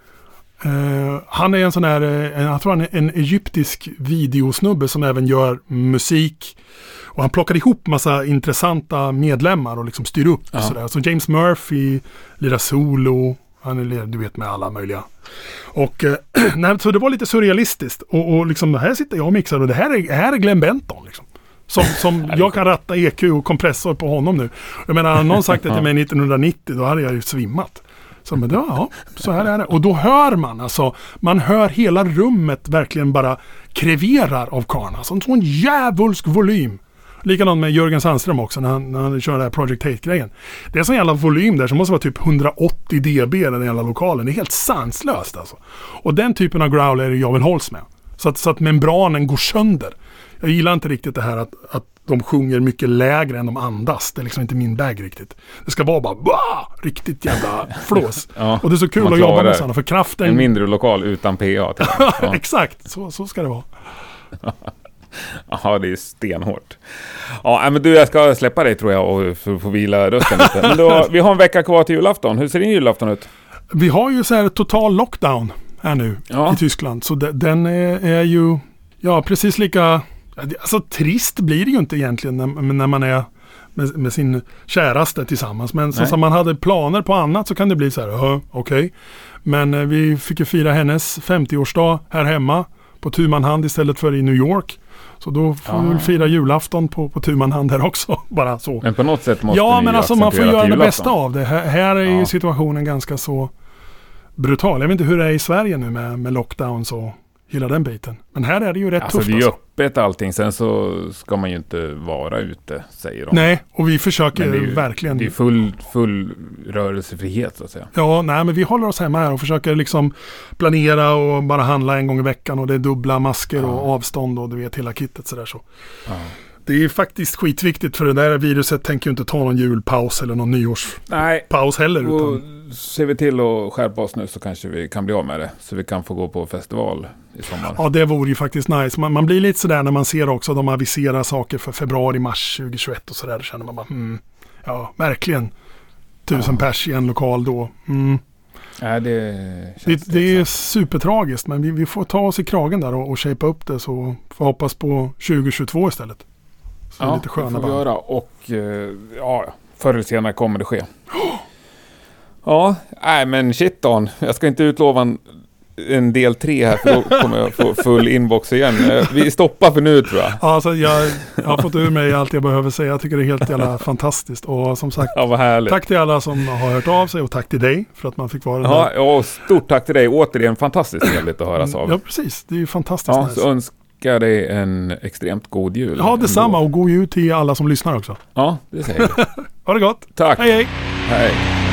S2: Uh, han är en sån här, uh, jag tror han är en egyptisk videosnubbe som även gör musik. Och han plockar ihop massa intressanta medlemmar och liksom styr upp.
S1: Ja.
S2: Och sådär. Så James Murphy, lirar solo, han är, du vet, med alla möjliga. Och uh, nej, så det var lite surrealistiskt. Och, och liksom, här sitter jag och mixar och det här är, här är Glenn Benton liksom. Som, som jag kan ratta E Q och kompressor på honom nu. Jag menar, någon sagt det till mig nittonhundranittio, då hade jag ju svimmat. Så, men då, ja, så här är det. Och då hör man alltså, man hör hela rummet verkligen bara kreverar av karna. Som en jävulsk volym. Likadant med Jörgen Sandström också när han, när han kör det här Project Hate-grejen. Det är en sån jävla volym där som måste vara typ hundraåttio decibel i den jävla lokalen. Det är helt sanslöst alltså. Och den typen av growl är det jag vill hålls med. Så att, så att membranen går sönder. Jag gillar inte riktigt det här att, att de sjunger mycket lägre än de andas. Det är liksom inte min bag riktigt. Det ska vara bara bah, riktigt jävla flås.
S1: Ja,
S2: och det är så kul
S1: man
S2: att jobba
S1: klarar
S2: med sådana, för kraften...
S1: En mindre lokal utan P A. Till ja.
S2: Exakt, så, så ska det vara.
S1: Ja, det är stenhårt. Ja, men du, jag ska släppa dig tror jag och få, få vila rösten lite. Men då, vi har en vecka kvar till julafton. Hur ser din julafton ut?
S2: Vi har ju så här total lockdown här nu
S1: Ja.
S2: i Tyskland. Så de, den är, är ju ja, precis lika... Alltså trist blir det ju inte egentligen när, när man är med, med sin käraste tillsammans. Men så som man hade planer på annat så kan det bli så här, okej. Okay. Men eh, vi fick ju fira hennes femtioårsdag här hemma på tu man hand istället för i New York. Så då får vi väl fira julafton på, på tu man hand här också. Bara så.
S1: Men på något sätt måste
S2: ja,
S1: ni
S2: men alltså man får göra det bästa av det. Här, här är
S1: ja.
S2: ju situationen ganska så brutal. Jag vet inte hur det är i Sverige nu med, med lockdowns och hela den biten. Men här är det ju rätt
S1: alltså,
S2: tufft.
S1: Det är ju
S2: alltså.
S1: öppet allting. Sen så ska man ju inte vara ute, säger de.
S2: Nej, och vi försöker
S1: det är ju,
S2: verkligen...
S1: Det är full, full rörelsefrihet så att säga.
S2: Ja, nej, men vi håller oss hemma här och försöker liksom planera och bara handla en gång i veckan och det är dubbla masker ja. och avstånd och du vet hela kittet sådär så. Ja. Det är faktiskt skitviktigt för det där viruset tänker ju inte ta någon julpaus eller någon nyårspaus heller. Utan...
S1: Och ser vi till att skärpa oss nu så kanske vi kan bli av med det. Så vi kan få gå på festival i sommar.
S2: Ja, det vore ju faktiskt nice. Man, man blir lite sådär när man ser också att de aviserar saker för februari, mars tjugohundratjugoett och sådär. Då känner man bara, mm, ja, verkligen. Tusen ja. pers i en lokal då. Mm.
S1: Ja, det,
S2: det, det är supertragiskt, men vi, vi får ta oss i kragen där och, och shapea upp det så får hoppas på tjugohundratjugotvå istället. Så
S1: ja,
S2: lite sköna
S1: det får vi
S2: band.
S1: göra och ja, förr eller senare kommer det ske. Ja, nej men shit Dan, jag ska inte utlova en, en del tre här för då kommer jag få full inbox igen. Vi stoppar för nu tror jag.
S2: Ja, alltså jag, jag har fått ur mig allt jag behöver säga. Jag tycker det är helt jävla fantastiskt. Och som sagt,
S1: ja, vad härligt.
S2: Tack till alla som har hört av sig och tack till dig för att man fick vara
S1: ja,
S2: där.
S1: Ja, och stort tack till dig. Återigen fantastiskt trevligt att höras av.
S2: Ja, precis. Det är ju fantastiskt
S1: ja,
S2: nice.
S1: Så önskar dig en extremt god jul.
S2: Ja, detsamma och god jul till alla som lyssnar också.
S1: Ja, det säger vi.
S2: Ha det gott.
S1: Tack.
S2: Hej, hej.
S1: Hej.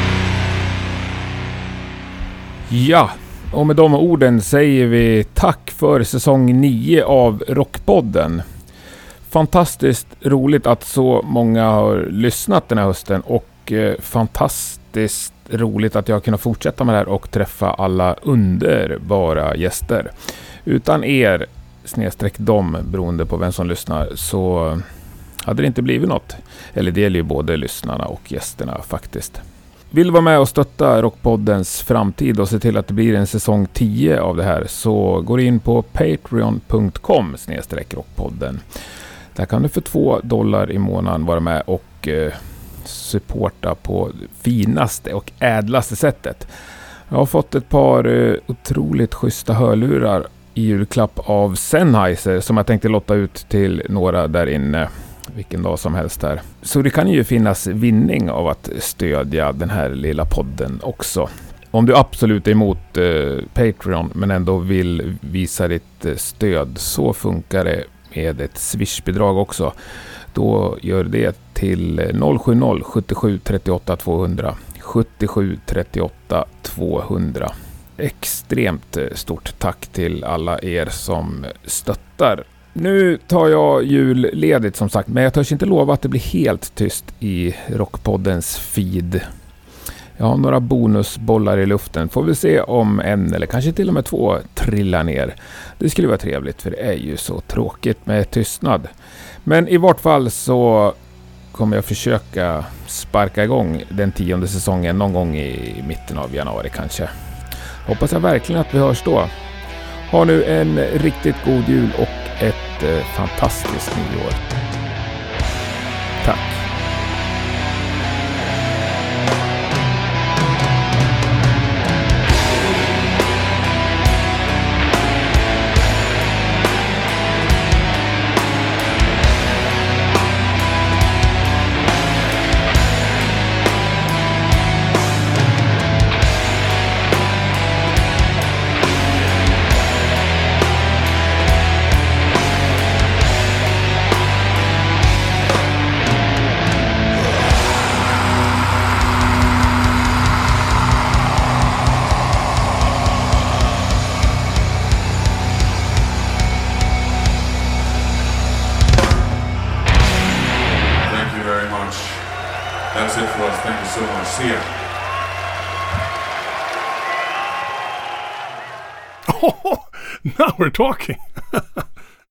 S1: Ja, och med de orden säger vi tack för säsong nio av Rockpodden. Fantastiskt roligt att så många har lyssnat den här hösten och eh, fantastiskt roligt att jag har kunnat fortsätta med det här och träffa alla underbara gäster. Utan er, snedstreck dem, beroende på vem som lyssnar, så hade det inte blivit något. Eller det gäller ju både lyssnarna och gästerna faktiskt. Vill vara med och stötta Rockpoddens framtid och se till att det blir en säsong tio av det här, så går in på patreon punkt com snedstreck rockpodden. Där kan du för två dollar i månaden vara med och eh, supporta på finaste och ädlaste sättet. Jag har fått ett par eh, otroligt schyssta hörlurar i julklapp av Sennheiser som jag tänkte lotta ut till några där inne. vilken dag som helst här. Så det kan ju finnas vinning av att stödja den här lilla podden också. Om du absolut är emot eh, Patreon men ändå vill visa ditt eh, stöd, så funkar det med ett Swish-bidrag också. Då gör det till noll sju noll sjuttiosju trettioåtta tvåhundra sjuttiosju trettioåtta tvåhundra. Extremt stort tack till alla er som stöttar. Nu tar jag julledigt som sagt, men jag törs inte lova att det blir helt tyst i Rockpoddens feed. Jag har några bonusbollar i luften. Får vi se om en eller kanske till och med två trillar ner. Det skulle vara trevligt, för det är ju så tråkigt med tystnad. Men i vart fall så kommer jag försöka sparka igång den tionde säsongen någon gång i mitten av januari kanske. Hoppas jag verkligen att vi hörs då. Ha nu en riktigt god jul och ett eh, fantastiskt nyår. Tack.
S3: That's it for us. Thank you so much. See ya.
S2: Oh, now we're talking.